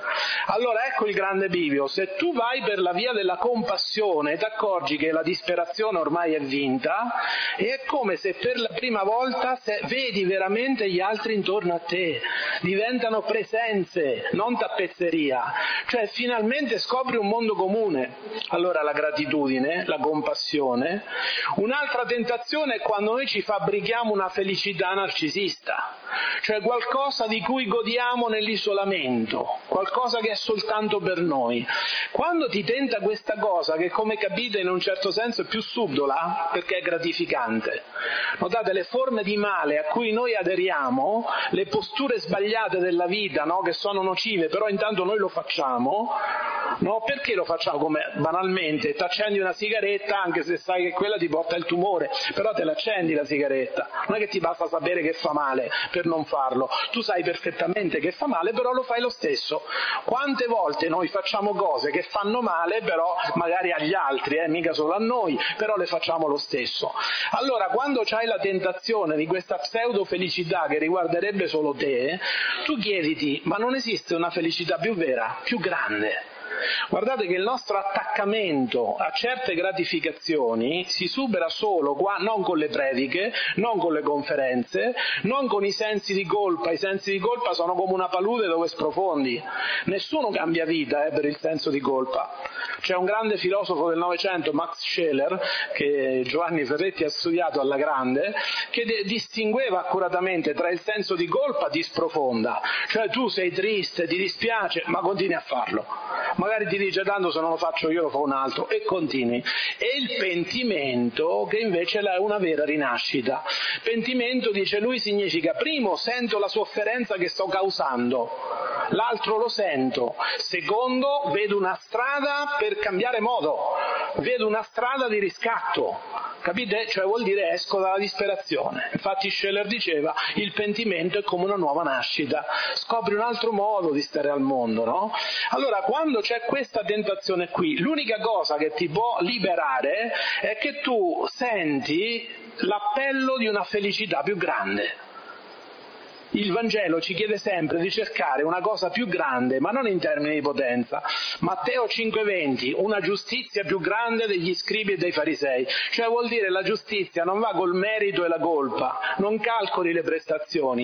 Allora ecco il grande bivio: se tu vai per la via della compassione ti accorgi che la disperazione ormai è vinta, e è come se per la prima volta vedi veramente gli altri intorno a te, diventano presenze, non tappezzeria, cioè finalmente scopri un mondo comune. Allora la gratitudine, la compassione. Un'altra tentazione è quando noi ci fabbrichiamo una felicità narcisista, cioè qualcosa di cui godiamo nell'isolamento, qualcosa che è soltanto per noi. Quando ti tenta questa cosa, che come capite in un certo senso è più subdola perché è gratificante, notate le forme di male a cui noi aderiamo, le posture sbagliate della vita, no? Che sono nocive, però intanto noi lo facciamo, no? Perché lo facciamo? Come banalmente ti accendi una sigaretta anche se sai che quella ti porta il tumore, però te l'accendi la sigaretta, non è che ti basta sapere che fa male per non farlo, tu sai perfettamente che fa male, però lo fai lo stesso. Quante volte noi facciamo cose che fanno male però magari agli altri, mica solo a noi, però le facciamo lo stesso. Allora quando c'hai la tentazione di questa pseudo felicità che riguarderebbe solo te, tu chiediti: ma non esiste una felicità più vera, più grande? Guardate che il nostro attaccamento a certe gratificazioni si supera solo qua, non con le prediche, non con le conferenze, non con i sensi di colpa. I sensi di colpa sono come una palude dove sprofondi. Nessuno cambia vita per il senso di colpa. C'è un grande filosofo del Novecento, Max Scheler, che Giovanni Ferretti ha studiato alla grande, che distingueva accuratamente tra il senso di colpa di sprofonda, cioè tu sei triste, ti dispiace, ma continui a farlo. Magari ti dice: tanto se non lo faccio io lo fa un altro, e continui. E il pentimento, che invece è una vera rinascita. Pentimento, dice lui, significa: primo, sento la sofferenza che sto causando, l'altro lo sento, secondo, vedo una strada per cambiare modo, vedo una strada di riscatto. Capite? Cioè vuol dire esco dalla disperazione. Infatti Scheler diceva: il pentimento è come una nuova nascita, scopri un altro modo di stare al mondo, no? Allora quando c'è questa tentazione qui, l'unica cosa che ti può liberare è che tu senti l'appello di una felicità più grande. Il Vangelo ci chiede sempre di cercare una cosa più grande, ma non in termini di potenza. Matteo 5,20, una giustizia più grande degli scribi e dei farisei. Cioè vuol dire la giustizia non va col merito e la colpa, non calcoli le prestazioni,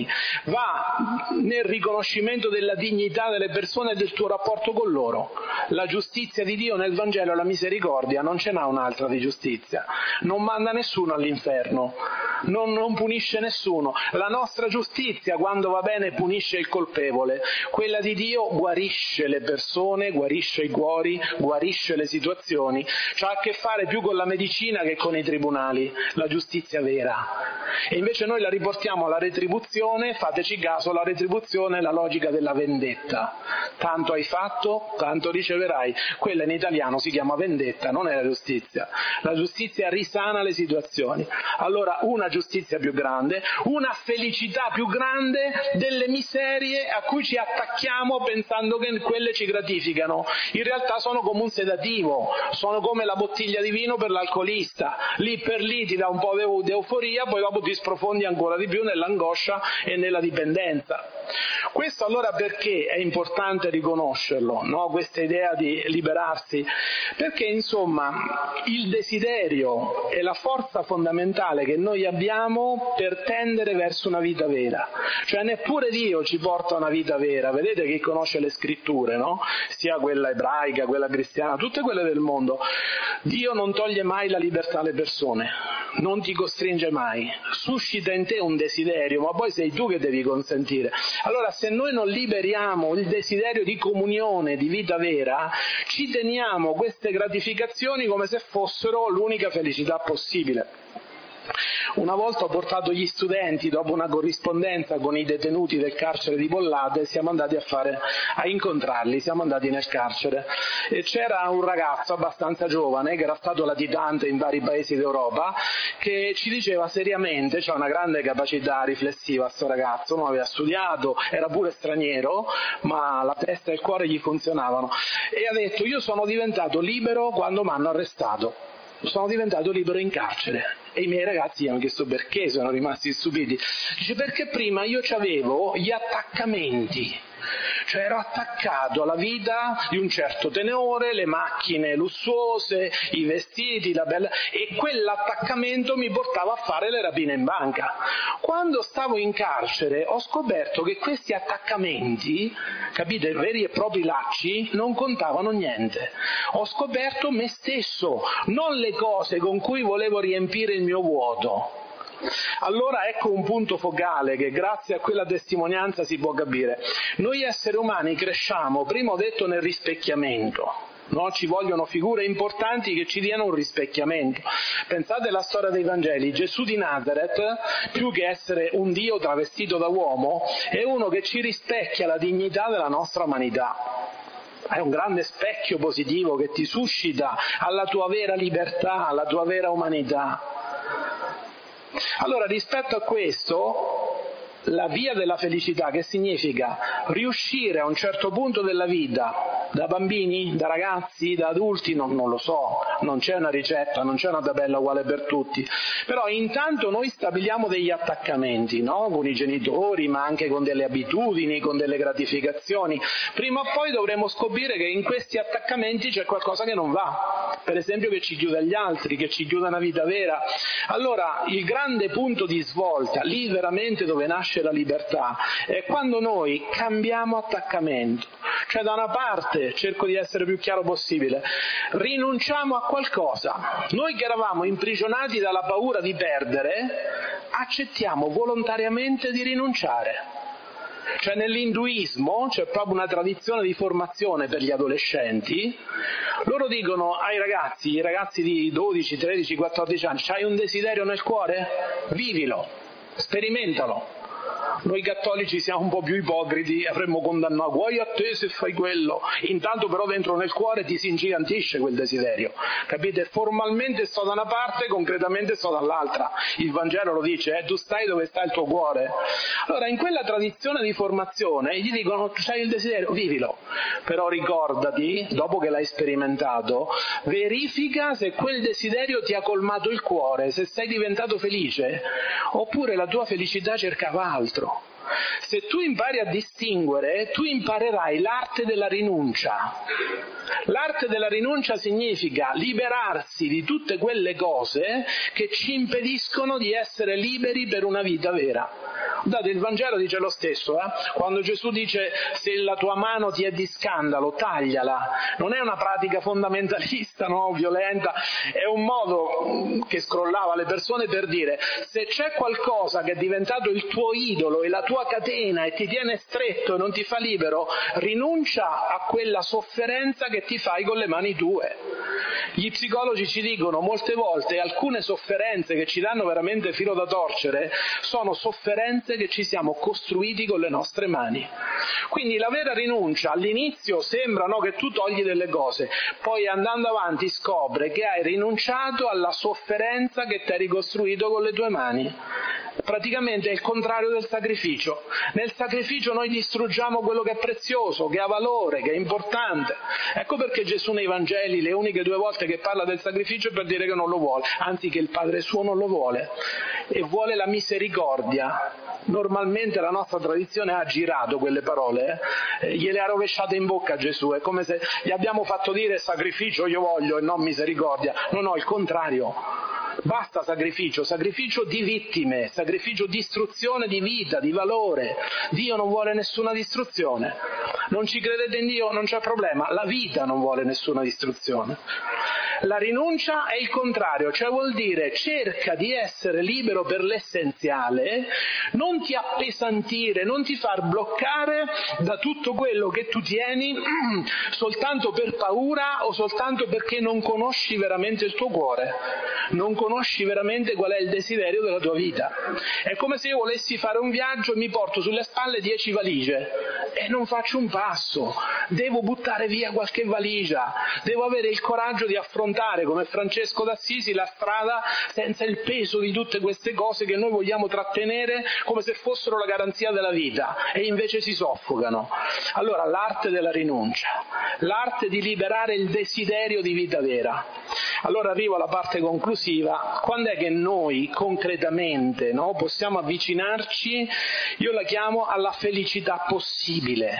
va nel riconoscimento della dignità delle persone e del tuo rapporto con loro. La giustizia di Dio nel Vangelo è la misericordia, non ce n'ha un'altra di giustizia. Non manda nessuno all'inferno, non punisce nessuno. La nostra giustizia, quando va bene, punisce il colpevole. Quella di Dio guarisce le persone, guarisce i cuori, guarisce le situazioni. C'ha a che fare più con la medicina che con i tribunali, la giustizia vera. E invece noi la riportiamo alla retribuzione. Fateci caso, la retribuzione è la logica della vendetta. Tanto hai fatto, tanto riceverai. Quella in italiano si chiama vendetta, non è la giustizia. La giustizia risana le situazioni. Allora, una giustizia più grande, una felicità più grande delle miserie a cui ci attacchiamo pensando che quelle ci gratificano. In realtà sono come un sedativo, sono come la bottiglia di vino per l'alcolista. Lì per lì ti dà un po' di euforia, poi dopo ti sprofondi ancora di più nell'angoscia e nella dipendenza. Questo allora perché è importante riconoscerlo, no? Questa idea di liberarsi? Perché insomma il desiderio è la forza fondamentale che noi abbiamo per tendere verso una vita vera. Cioè neppure Dio ci porta a una vita vera. Vedete chi conosce le scritture, no? Sia quella ebraica, quella cristiana, tutte quelle del mondo. Dio non toglie mai la libertà alle persone, non ti costringe mai, suscita in te un desiderio, ma poi sei tu che devi consentire. Allora se noi non liberiamo il desiderio di comunione, di vita vera, ci teniamo queste gratificazioni come se fossero l'unica felicità possibile. Una volta ho portato gli studenti, dopo una corrispondenza con i detenuti del carcere di Bollate, siamo andati a incontrarli, siamo andati nel carcere e c'era un ragazzo abbastanza giovane che era stato latitante in vari paesi d'Europa, che ci diceva seriamente, c'ha una grande capacità riflessiva sto ragazzo, non aveva studiato, era pure straniero, ma la testa e il cuore gli funzionavano, e ha detto: io sono diventato libero quando mi hanno arrestato. Sono diventato libero in carcere. E i miei ragazzi gli hanno chiesto perché, sono rimasti stupiti. Dice: perché prima io avevo gli attaccamenti, cioè ero attaccato alla vita di un certo tenore, le macchine lussuose, i vestiti, la bella, e quell'attaccamento mi portava a fare le rapine in banca. Quando stavo in carcere ho scoperto che questi attaccamenti, capite, veri e propri lacci, non contavano niente. Ho scoperto me stesso, non le cose con cui volevo riempire il mio vuoto. Allora ecco un punto focale che grazie a quella testimonianza si può capire. Noi esseri umani cresciamo, prima ho detto, nel rispecchiamento. No? Ci vogliono figure importanti che ci diano un rispecchiamento. Pensate alla storia dei Vangeli. Gesù di Nazareth, più che essere un Dio travestito da uomo, è uno che ci rispecchia la dignità della nostra umanità. È un grande specchio positivo che ti suscita alla tua vera libertà, alla tua vera umanità. Allora, rispetto a questo, la via della felicità, che significa riuscire a un certo punto della vita, da bambini, da ragazzi, da adulti, non lo so, non c'è una ricetta, non c'è una tabella uguale per tutti, però intanto noi stabiliamo degli attaccamenti, no? Con i genitori, ma anche con delle abitudini, con delle gratificazioni. Prima o poi dovremo scoprire che in questi attaccamenti c'è qualcosa che non va, per esempio che ci chiude agli altri, che ci chiude una vita vera. Allora il grande punto di svolta, lì veramente dove nasce la libertà, è quando noi cambiamo attaccamento. Cioè, da una parte, cerco di essere più chiaro possibile, rinunciamo a qualcosa. Noi che eravamo imprigionati dalla paura di perdere, accettiamo volontariamente di rinunciare. Cioè, nell'induismo c'è proprio una tradizione di formazione per gli adolescenti. Loro dicono ai ragazzi, i ragazzi di 12, 13, 14 anni: c'hai un desiderio nel cuore? Vivilo, sperimentalo. Noi cattolici siamo un po' più ipocriti, avremmo condannato: guai a te se fai quello. Intanto però dentro nel cuore ti si ingigantisce quel desiderio, capite? Formalmente sto da una parte, concretamente sto dall'altra. Il Vangelo lo dice, tu stai dove sta il tuo cuore. Allora, in quella tradizione di formazione gli dicono: c'hai il desiderio, vivilo, però ricordati, dopo che l'hai sperimentato, verifica se quel desiderio ti ha colmato il cuore, se sei diventato felice, oppure la tua felicità cercava altro. Se tu impari a distinguere, tu imparerai l'arte della rinuncia. L'arte della rinuncia significa liberarsi di tutte quelle cose che ci impediscono di essere liberi per una vita vera. Guardate, il Vangelo dice lo stesso, quando Gesù dice: se la tua mano ti è di scandalo, tagliala. Non è una pratica fondamentalista, no, violenta, è un modo che scrollava le persone per dire: se c'è qualcosa che è diventato il tuo idolo e la tua catena e ti tiene stretto e non ti fa libero, rinuncia a quella sofferenza che ti fai con le mani tue. Gli psicologi ci dicono molte volte: alcune sofferenze che ci danno veramente filo da torcere sono sofferenze che ci siamo costruiti con le nostre mani. Quindi la vera rinuncia all'inizio sembra, no, che tu togli delle cose, poi andando avanti scopre che hai rinunciato alla sofferenza che ti hai ricostruito con le tue mani. Praticamente è il contrario del sacrificio. Nel sacrificio noi distruggiamo quello che è prezioso, che ha valore, che è importante. Ecco perché Gesù nei Vangeli le uniche 2 volte che parla del sacrificio è per dire che non lo vuole, anzi che il Padre suo non lo vuole, e vuole la misericordia. Normalmente la nostra tradizione ha girato quelle parole, gliele ha rovesciate in bocca a Gesù, è come se gli abbiamo fatto dire: sacrificio io voglio e non misericordia. No, il contrario. Basta sacrificio di vittime, sacrificio di distruzione di vita, di valore. Dio non vuole nessuna distruzione. Non ci credete in Dio? Non c'è problema, la vita non vuole nessuna distruzione. La rinuncia è il contrario, cioè vuol dire cerca di essere libero per l'essenziale, non ti appesantire, non ti far bloccare da tutto quello che tu tieni soltanto per paura o soltanto perché non conosci veramente il tuo cuore, non conosci veramente qual è il desiderio della tua vita. È come se io volessi fare un viaggio e mi porto sulle spalle 10 valigie e non faccio un passo, devo buttare via qualche valigia, devo avere il coraggio di affrontare come Francesco d'Assisi la strada senza il peso di tutte queste cose che noi vogliamo trattenere come se fossero la garanzia della vita e invece si soffocano. Allora, l'arte della rinuncia, l'arte di liberare il desiderio di vita vera. Allora arrivo alla parte conclusiva: quando è che noi concretamente, possiamo avvicinarci, io la chiamo, alla felicità possibile.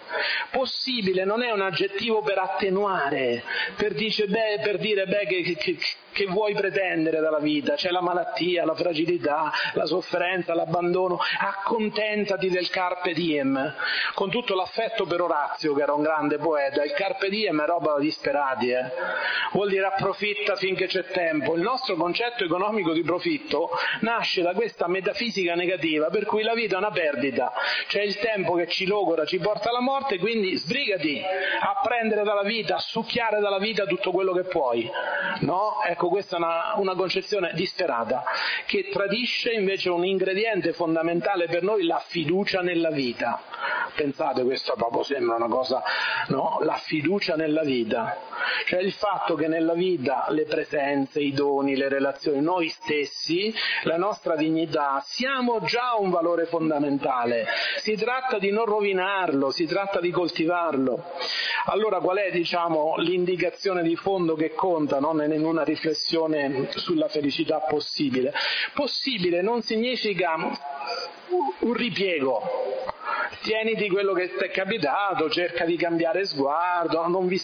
Possibile non è un aggettivo per attenuare, per dire che vuoi pretendere dalla vita, c'è la malattia, la fragilità, la sofferenza, l'abbandono, accontentati del carpe diem, con tutto l'affetto per Orazio che era un grande poeta. Il carpe diem è roba da disperati, vuol dire approfitta finché c'è tempo. Il nostro concetto economico di profitto nasce da questa metafisica negativa per cui la vita è una perdita, c'è il tempo che ci logora, ci porta alla morte, quindi sbrigati a prendere dalla vita, a succhiare dalla vita tutto quello che puoi, no? Ecco, questa è una concezione disperata che tradisce invece un ingrediente fondamentale per noi, la fiducia nella vita. Pensate, questo proprio sembra una cosa, no? La fiducia nella vita, cioè il fatto che nella vita le presenze, i doni, le relazioni, noi stessi, la nostra dignità, siamo già un valore fondamentale. Si tratta di non rovinarlo, si tratta di coltivarlo. Allora qual è, l'indicazione di fondo che conta, no? In una riflessione sulla felicità possibile? Possibile non significa un ripiego. Tieniti quello che ti è capitato, cerca di cambiare sguardo,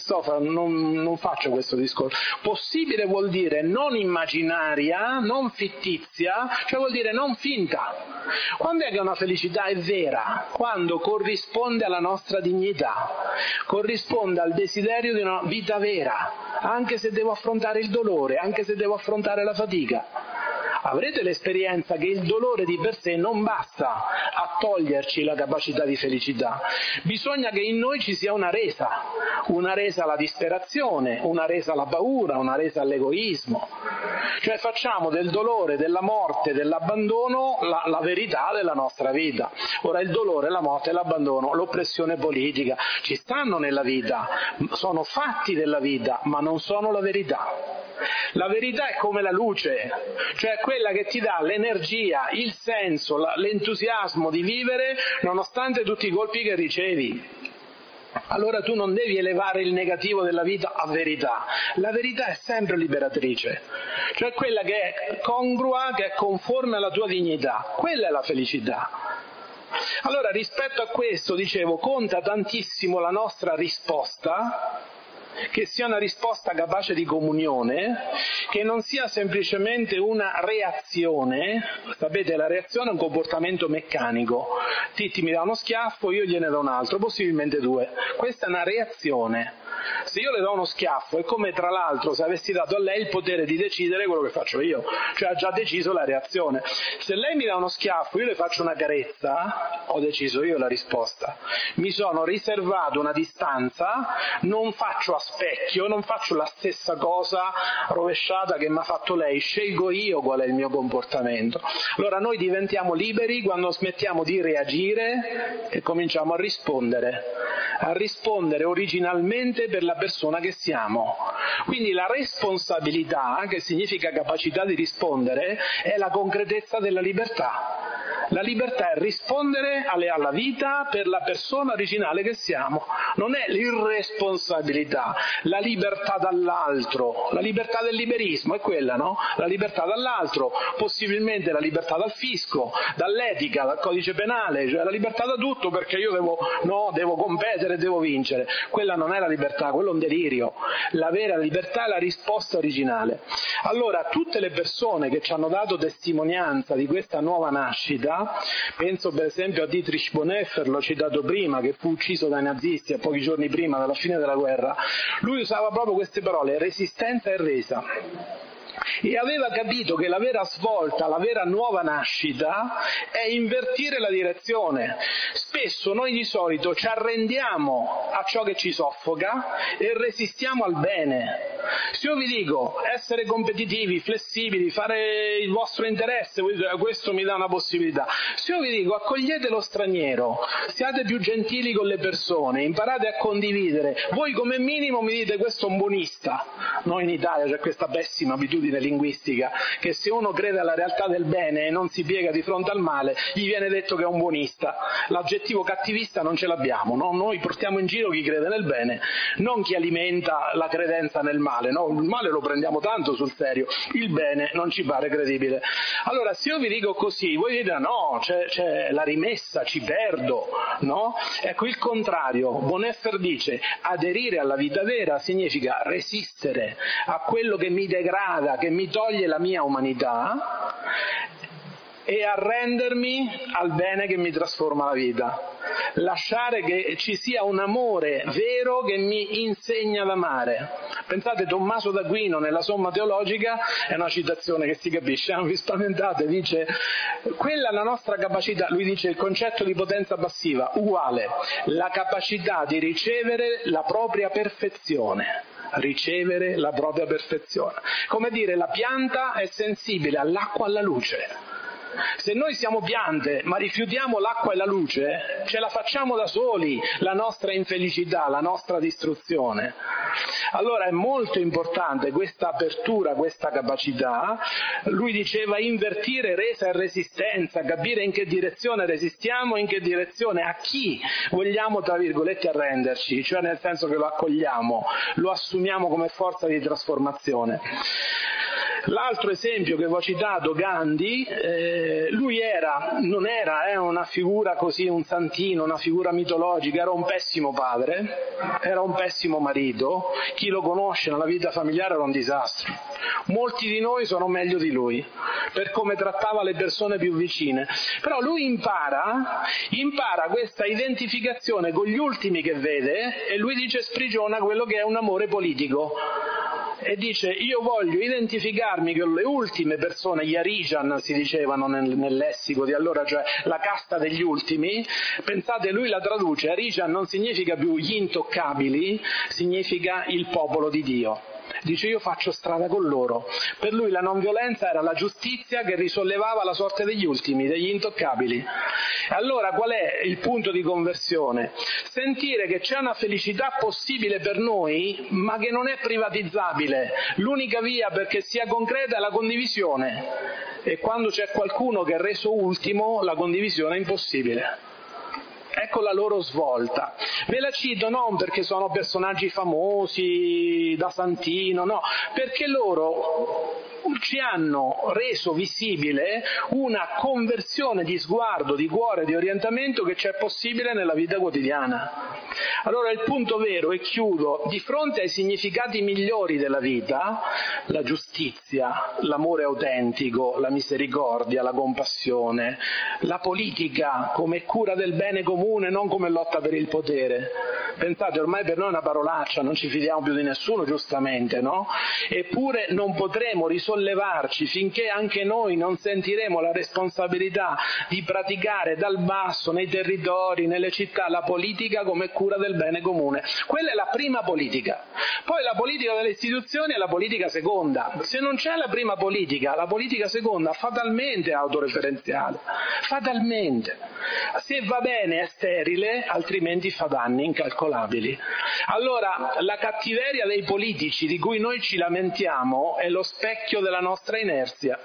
non faccio questo discorso. Possibile vuol dire non immaginaria, non fittizia, cioè vuol dire non finta. Quando è che una felicità è vera? Quando corrisponde alla nostra dignità, corrisponde al desiderio di una vita vera, anche se devo affrontare il dolore, anche se devo affrontare la fatica. Avrete l'esperienza che il dolore di per sé non basta a toglierci la capacità di felicità. Bisogna che in noi ci sia una resa alla disperazione, una resa alla paura, una resa all'egoismo. Cioè facciamo del dolore, della morte, dell'abbandono la verità della nostra vita. Ora il dolore, la morte e l'abbandono, l'oppressione politica ci stanno nella vita, sono fatti della vita, ma non sono la verità. La verità è come la luce, cioè quella che ti dà l'energia, il senso, l'entusiasmo di vivere nonostante tutti i colpi che ricevi. Allora tu non devi elevare il negativo della vita a verità. La verità è sempre liberatrice, cioè quella che è congrua, che è conforme alla tua dignità. Quella è la felicità. Allora rispetto a questo, dicevo, conta tantissimo la nostra risposta, che sia una risposta capace di comunione, che non sia semplicemente una reazione. Sapete, la reazione è un comportamento meccanico. Titti mi dà uno schiaffo, io gliene do un altro, possibilmente due. Questa è una reazione. Se io le do uno schiaffo è come tra l'altro se avessi dato a lei il potere di decidere quello che faccio io, cioè ha già deciso la reazione. Se lei mi dà uno schiaffo, io le faccio una carezza, ho deciso io la risposta. Mi sono riservato una distanza, non faccio a specchio, non faccio la stessa cosa rovesciata che mi ha fatto lei, scelgo io qual è il mio comportamento. Allora noi diventiamo liberi quando smettiamo di reagire e cominciamo a rispondere originalmente per la persona che siamo. Quindi la responsabilità, che significa capacità di rispondere, è la concretezza della libertà. La libertà è rispondere alla vita per la persona originale che siamo, non è l'irresponsabilità, la libertà dall'altro, la libertà del liberismo è quella, no? La libertà dall'altro, possibilmente la libertà dal fisco, dall'etica, dal codice penale, cioè la libertà da tutto perché io devo competere, devo vincere. Quella non è la libertà, quello è un delirio. La vera libertà è la risposta originale. Allora, tutte le persone che ci hanno dato testimonianza di questa nuova nascita, penso per esempio a Dietrich Bonhoeffer, l'ho citato prima, che fu ucciso dai nazisti a pochi giorni prima della fine della guerra, lui usava proprio queste parole, resistenza e resa. E aveva capito che la vera svolta, la vera nuova nascita è invertire la direzione. Spesso noi di solito ci arrendiamo a ciò che ci soffoca e resistiamo al bene. Se io vi dico essere competitivi, flessibili, fare il vostro interesse, questo mi dà una possibilità. Se io vi dico accogliete lo straniero, siate più gentili con le persone, imparate a condividere, voi come minimo mi dite questo è un buonista. Noi in Italia c'è questa pessima abitudine linguistica che se uno crede alla realtà del bene e non si piega di fronte al male, gli viene detto che è un buonista. L'aggettivo cattivista non ce l'abbiamo, no? Noi portiamo in giro chi crede nel bene, non chi alimenta la credenza nel male, no? il male lo prendiamo tanto sul serio, il bene non ci pare credibile. Allora, se io vi dico così, voi dite no, c'è la rimessa, ci perdo, no? Ecco, il contrario, Bonhoeffer dice, aderire alla vita vera significa resistere a quello che mi degrada, che mi toglie la mia umanità, e arrendermi al bene che mi trasforma la vita. Lasciare che ci sia un amore vero che mi insegna ad amare. Pensate, Tommaso d'Aquino nella Somma Teologica, è una citazione che si capisce, non vi spaventate, dice, quella è la nostra capacità, lui dice il concetto di potenza passiva, uguale, la capacità di ricevere la propria perfezione. Ricevere la propria perfezione. Come dire, la pianta è sensibile all'acqua e alla luce. Se noi siamo piante ma rifiutiamo l'acqua e la luce, ce la facciamo da soli la nostra infelicità, la nostra distruzione. Allora è molto importante questa apertura, questa capacità. Lui diceva invertire resa e resistenza, capire in che direzione resistiamo, in che direzione, a chi vogliamo tra virgolette arrenderci, cioè nel senso che lo accogliamo, lo assumiamo come forza di trasformazione. L'altro esempio che vi ho citato, Gandhi, lui non era una figura così, un santino, una figura mitologica, era un pessimo padre, era un pessimo marito, chi lo conosce nella vita familiare era un disastro. Molti di noi sono meglio di lui, per come trattava le persone più vicine. Però lui impara questa identificazione con gli ultimi che vede, e lui dice sprigiona quello che è un amore politico. E dice io voglio identificarmi con le ultime persone, gli Arijan si dicevano nel lessico di allora, cioè la casta degli ultimi. Pensate, lui la traduce, Arijan non significa più gli intoccabili, significa il popolo di Dio. Dice io faccio strada con loro. Per lui la non violenza era la giustizia che risollevava la sorte degli ultimi, degli intoccabili. Allora qual è il punto di conversione? Sentire che c'è una felicità possibile per noi ma che non è privatizzabile. L'unica via perché sia concreta è la condivisione, e quando c'è qualcuno che è reso ultimo la condivisione è impossibile. Ecco la loro svolta. Ve la cito non perché sono personaggi famosi da Santino, no, perché loro ci hanno reso visibile una conversione di sguardo, di cuore, di orientamento che c'è possibile nella vita quotidiana. Allora il punto vero, e chiudo, di fronte ai significati migliori della vita, la giustizia, l'amore autentico, la misericordia, la compassione, la politica come cura del bene comune, non come lotta per il potere. Pensate, ormai per noi è una parolaccia, non ci fidiamo più di nessuno, giustamente, no? Eppure non potremo risollevarci finché anche noi non sentiremo la responsabilità di praticare dal basso, nei territori, nelle città, la politica come cura del bene comune. Quella è la prima politica. Poi la politica delle istituzioni è la politica seconda. Se non c'è la prima politica, la politica seconda fatalmente è autoreferenziale. Fatalmente. Se va bene è sterile, altrimenti fa danni incalcolabili. Allora, la cattiveria dei politici di cui noi ci lamentiamo è lo specchio della nostra inerzia.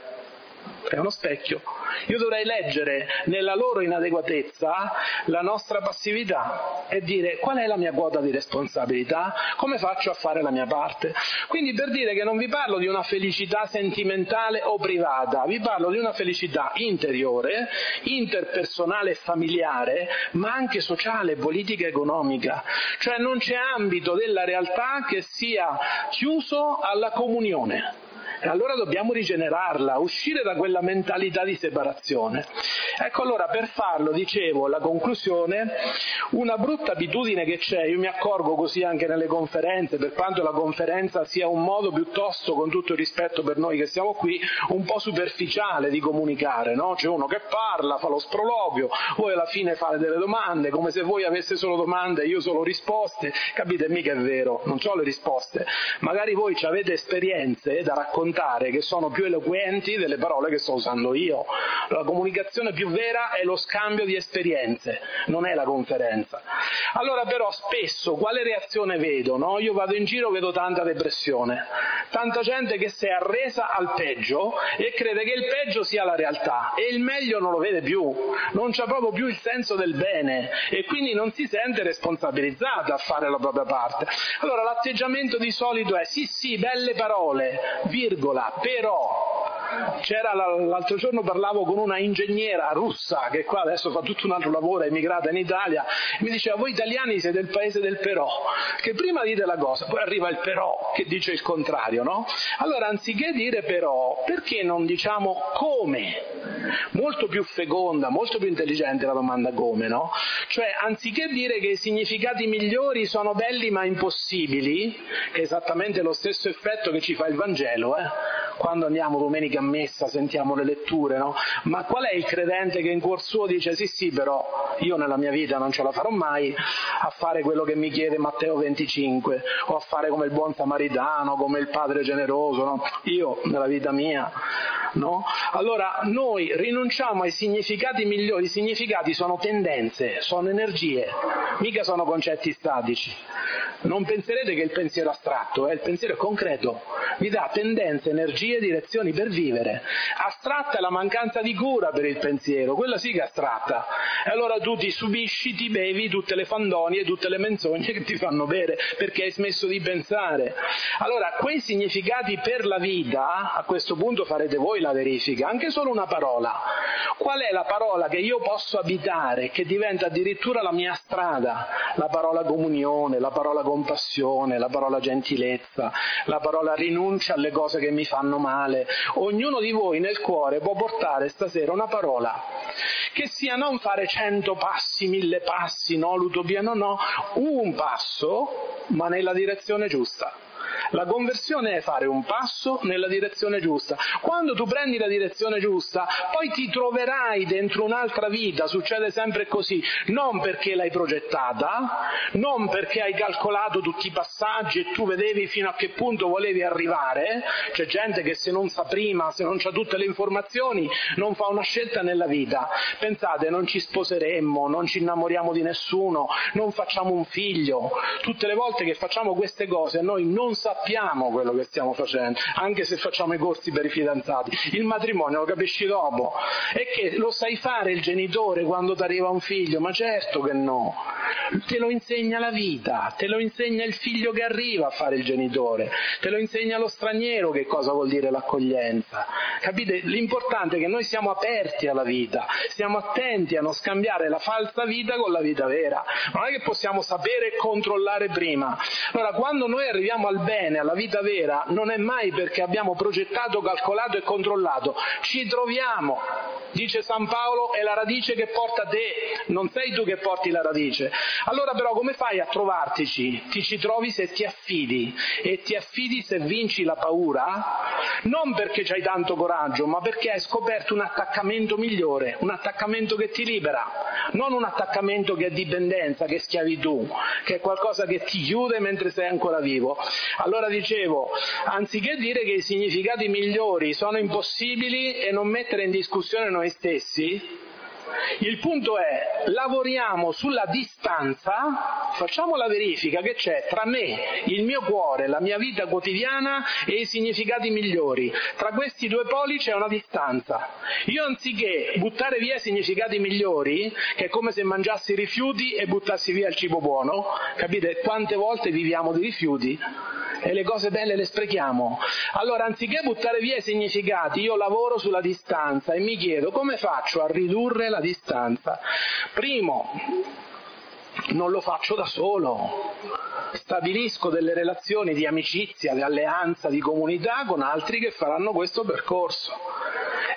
È uno specchio. Io dovrei leggere nella loro inadeguatezza la nostra passività e dire qual è la mia quota di responsabilità, come faccio a fare la mia parte. Quindi per dire che non vi parlo di una felicità sentimentale o privata, vi parlo di una felicità interiore, interpersonale e familiare, ma anche sociale, politica e economica. Cioè non c'è ambito della realtà che sia chiuso alla comunione. E allora dobbiamo rigenerarla, uscire da quella mentalità di separazione. Ecco, allora per farlo, dicevo, la conclusione, una brutta abitudine che c'è, io mi accorgo così anche nelle conferenze, per quanto la conferenza sia un modo piuttosto, con tutto il rispetto per noi che siamo qui, un po' superficiale di comunicare, no? C'è uno che parla, fa lo sproloquio, voi alla fine fate delle domande, come se voi aveste solo domande e io solo risposte, capite? Mica è vero, non ho le risposte, magari voi avete esperienze da raccontare raccontare che sono più eloquenti delle parole che sto usando io. La comunicazione più vera è lo scambio di esperienze, non è la conferenza. Allora però spesso quale reazione vedo? No? Io vado in giro, vedo tanta depressione, tanta gente che si è arresa al peggio e crede che il peggio sia la realtà e il meglio non lo vede più, non c'ha proprio più il senso del bene e quindi non si sente responsabilizzata a fare la propria parte. Allora l'atteggiamento di solito è sì, belle parole, virgola, però. L'altro giorno parlavo con una ingegnera russa che qua adesso fa tutto un altro lavoro, è emigrata in Italia, e mi diceva: voi italiani siete il paese del però, che prima dite la cosa, poi arriva il però che dice il contrario, no? Allora anziché dire però, perché non diciamo come? Molto più feconda, molto più intelligente la domanda come, no? Cioè anziché dire che i significati migliori sono belli ma impossibili, che è esattamente lo stesso effetto che ci fa il Vangelo, quando andiamo domenica a messa sentiamo le letture, no? Ma qual è il credente che in cuor suo dice sì però io nella mia vita non ce la farò mai a fare quello che mi chiede Matteo 25 o a fare come il buon samaritano, come il padre generoso, no? Io nella vita mia, no? Allora noi rinunciamo ai significati migliori. I significati sono tendenze, sono energie, mica sono concetti statici. Non penserete che il pensiero astratto, il pensiero è concreto, vi dà tendenze, energie, direzioni per vivere. Astratta è la mancanza di cura per il pensiero, quella sì che è astratta. E allora tu ti subisci, ti bevi tutte le fandonie, tutte le menzogne che ti fanno bere perché hai smesso di pensare. Allora quei significati per la vita, a questo punto farete voi la verifica, anche solo una parola. Qual è la parola che io posso abitare, che diventa addirittura la mia strada? La parola comunione, la parola compassione, la parola gentilezza, la parola rinuncia alle cose che mi fanno male. Ognuno di voi nel cuore può portare stasera una parola, che sia non fare 100 passi, 1000 passi, no, l'utopia no, un passo, ma nella direzione giusta. La conversione è fare un passo nella direzione giusta. Quando tu prendi la direzione giusta, poi ti troverai dentro un'altra vita, succede sempre così, non perché l'hai progettata, non perché hai calcolato tutti i passaggi e tu vedevi fino a che punto volevi arrivare. C'è gente che se non sa prima, se non c'ha tutte le informazioni, non fa una scelta nella vita. Pensate, non ci sposeremmo, non ci innamoriamo di nessuno, non facciamo un figlio. Tutte le volte che facciamo queste cose noi non sappiamo quello che stiamo facendo, anche se facciamo i corsi per i fidanzati. Il matrimonio lo capisci dopo. E che lo sai fare il genitore quando ti arriva un figlio? Ma certo che no. Te lo insegna la vita, te lo insegna il figlio che arriva a fare il genitore, te lo insegna lo straniero che cosa vuol dire l'accoglienza. Capite? L'importante è che noi siamo aperti alla vita, stiamo attenti a non scambiare la falsa vita con la vita vera. Non è che possiamo sapere e controllare prima. Allora, quando noi arriviamo al bene, alla vita vera, non è mai perché abbiamo progettato, calcolato e controllato. Ci troviamo, dice San Paolo, è la radice che porta te, non sei tu che porti la radice. Allora però come fai a trovartici? Ti ci trovi se ti affidi, e ti affidi se vinci la paura, non perché c'hai tanto coraggio, ma perché hai scoperto un attaccamento migliore, un attaccamento che ti libera, non un attaccamento che è dipendenza, che è schiavitù, che è qualcosa che ti chiude mentre sei ancora vivo. Allora dicevo, anziché dire che i significati migliori sono impossibili e non mettere in discussione noi stessi, il punto è, lavoriamo sulla distanza, facciamo la verifica che c'è tra me, il mio cuore, la mia vita quotidiana e i significati migliori. Tra questi due poli c'è una distanza. Io anziché buttare via i significati migliori, che è come se mangiassi rifiuti e buttassi via il cibo buono, capite quante volte viviamo di rifiuti? E le cose belle le sprechiamo. Allora anziché buttare via i significati, io lavoro sulla distanza e mi chiedo come faccio a ridurre la distanza. Primo, non lo faccio da solo, stabilisco delle relazioni di amicizia, di alleanza, di comunità con altri che faranno questo percorso.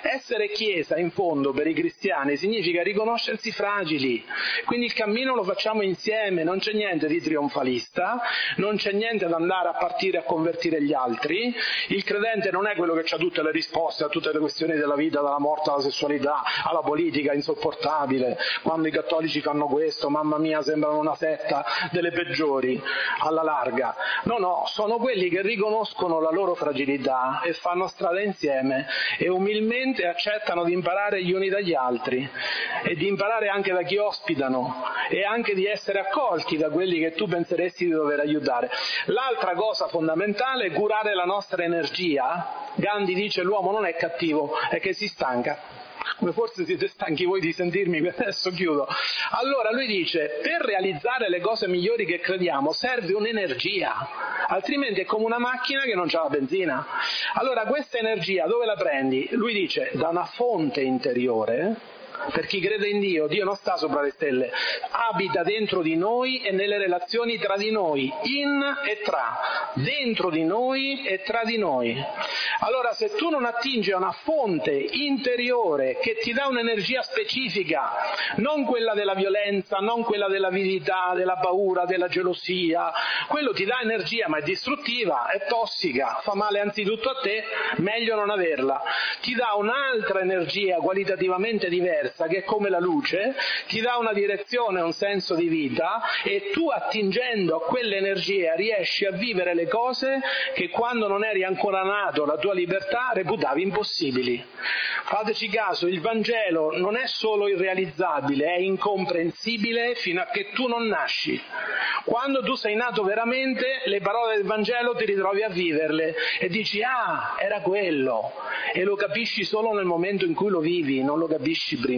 Essere Chiesa, in fondo, per i cristiani significa riconoscersi fragili, quindi il cammino lo facciamo insieme, non c'è niente di trionfalista, non c'è niente da andare a partire a convertire gli altri. Il credente non è quello che ha tutte le risposte a tutte le questioni della vita, dalla morte, alla sessualità, alla politica insopportabile. Quando i cattolici fanno questo, mamma mia, sembrano una setta delle peggiori, alla larga. No, sono quelli che riconoscono la loro fragilità e fanno strada insieme e umilmente accettano di imparare gli uni dagli altri e di imparare anche da chi ospitano e anche di essere accolti da quelli che tu penseresti di dover aiutare. L'altra cosa fondamentale è curare la nostra energia. Gandhi dice: l'uomo non è cattivo, è che si stanca. Come forse siete stanchi voi di sentirmi, adesso chiudo. Allora lui dice: per realizzare le cose migliori che crediamo serve un'energia, altrimenti è come una macchina che non ha la benzina. Allora questa energia dove la prendi? Lui dice: da una fonte interiore. Per chi crede in Dio, Dio non sta sopra le stelle, abita dentro di noi e nelle relazioni tra di noi, in e tra, dentro di noi e tra di noi. Allora se tu non attingi a una fonte interiore che ti dà un'energia specifica, non quella della violenza, non quella dell'avidità, della paura, della gelosia, quello ti dà energia ma è distruttiva, è tossica, fa male anzitutto a te, meglio non averla. Ti dà un'altra energia qualitativamente diversa, che è come la luce, ti dà una direzione, un senso di vita e tu attingendo a quell'energia riesci a vivere le cose che quando non eri ancora nato la tua libertà reputavi impossibili. Fateci caso, il Vangelo non è solo irrealizzabile, è incomprensibile fino a che tu non nasci. Quando tu sei nato veramente, le parole del Vangelo ti ritrovi a viverle e dici: ah, era quello, e lo capisci solo nel momento in cui lo vivi, non lo capisci prima.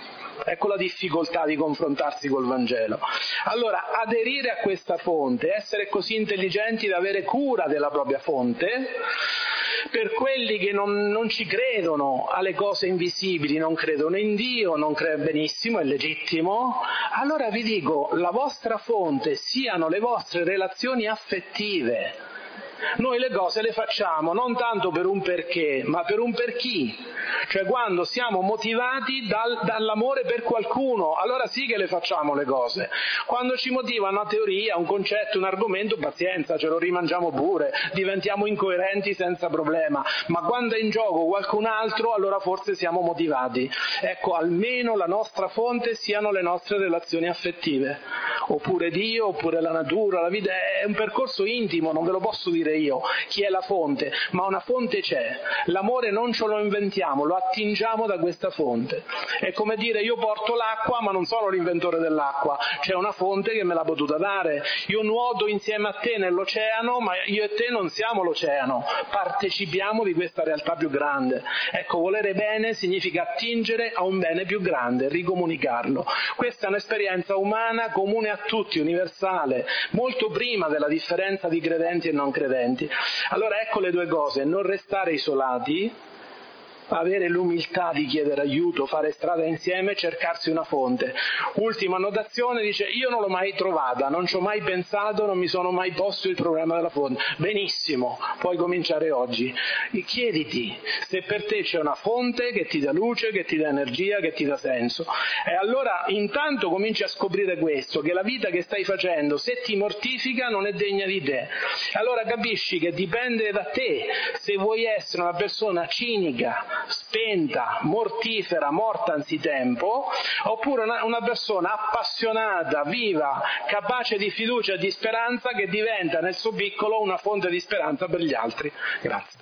Ecco la difficoltà di confrontarsi col Vangelo. Allora, aderire a questa fonte, essere così intelligenti da avere cura della propria fonte. Per quelli che non ci credono alle cose invisibili, non credono in Dio, non credono, benissimo, è legittimo, allora vi dico, la vostra fonte siano le vostre relazioni affettive. Noi le cose le facciamo non tanto per un perché, ma per un per chi. Cioè quando siamo motivati dall'amore per qualcuno, allora sì che le facciamo le cose. Quando ci motiva una teoria, un concetto, un argomento, pazienza, ce lo rimangiamo pure, diventiamo incoerenti senza problema. Ma quando è in gioco qualcun altro, allora forse siamo motivati. Ecco, almeno la nostra fonte siano le nostre relazioni affettive. Oppure Dio, oppure la natura, la vita. È un percorso intimo, non ve lo posso dire io chi è la fonte, ma una fonte c'è. L'amore non ce lo inventiamo, lo attingiamo da questa fonte. È come dire: io porto l'acqua ma non sono l'inventore dell'acqua, c'è una fonte che me l'ha potuta dare. Io nuoto insieme a te nell'oceano, ma io e te non siamo l'oceano, partecipiamo di questa realtà più grande. Ecco, volere bene significa attingere a un bene più grande, ricomunicarlo. Questa è un'esperienza umana comune a tutti, universale, molto prima della differenza di credenti e non credenti. Allora ecco le due cose: non restare isolati, avere l'umiltà di chiedere aiuto, fare strada insieme, cercarsi una fonte. Ultima annotazione, dice: io non l'ho mai trovata, non ci ho mai pensato, non mi sono mai posto il problema della fonte. Benissimo, puoi cominciare oggi. Chiediti se per te c'è una fonte che ti dà luce, che ti dà energia, che ti dà senso. E allora intanto cominci a scoprire questo, che la vita che stai facendo, se ti mortifica, non è degna di te. Allora capisci che dipende da te se vuoi essere una persona cinica, spenta, mortifera, morta anzitempo, oppure una persona appassionata, viva, capace di fiducia e di speranza, che diventa nel suo piccolo una fonte di speranza per gli altri. Grazie.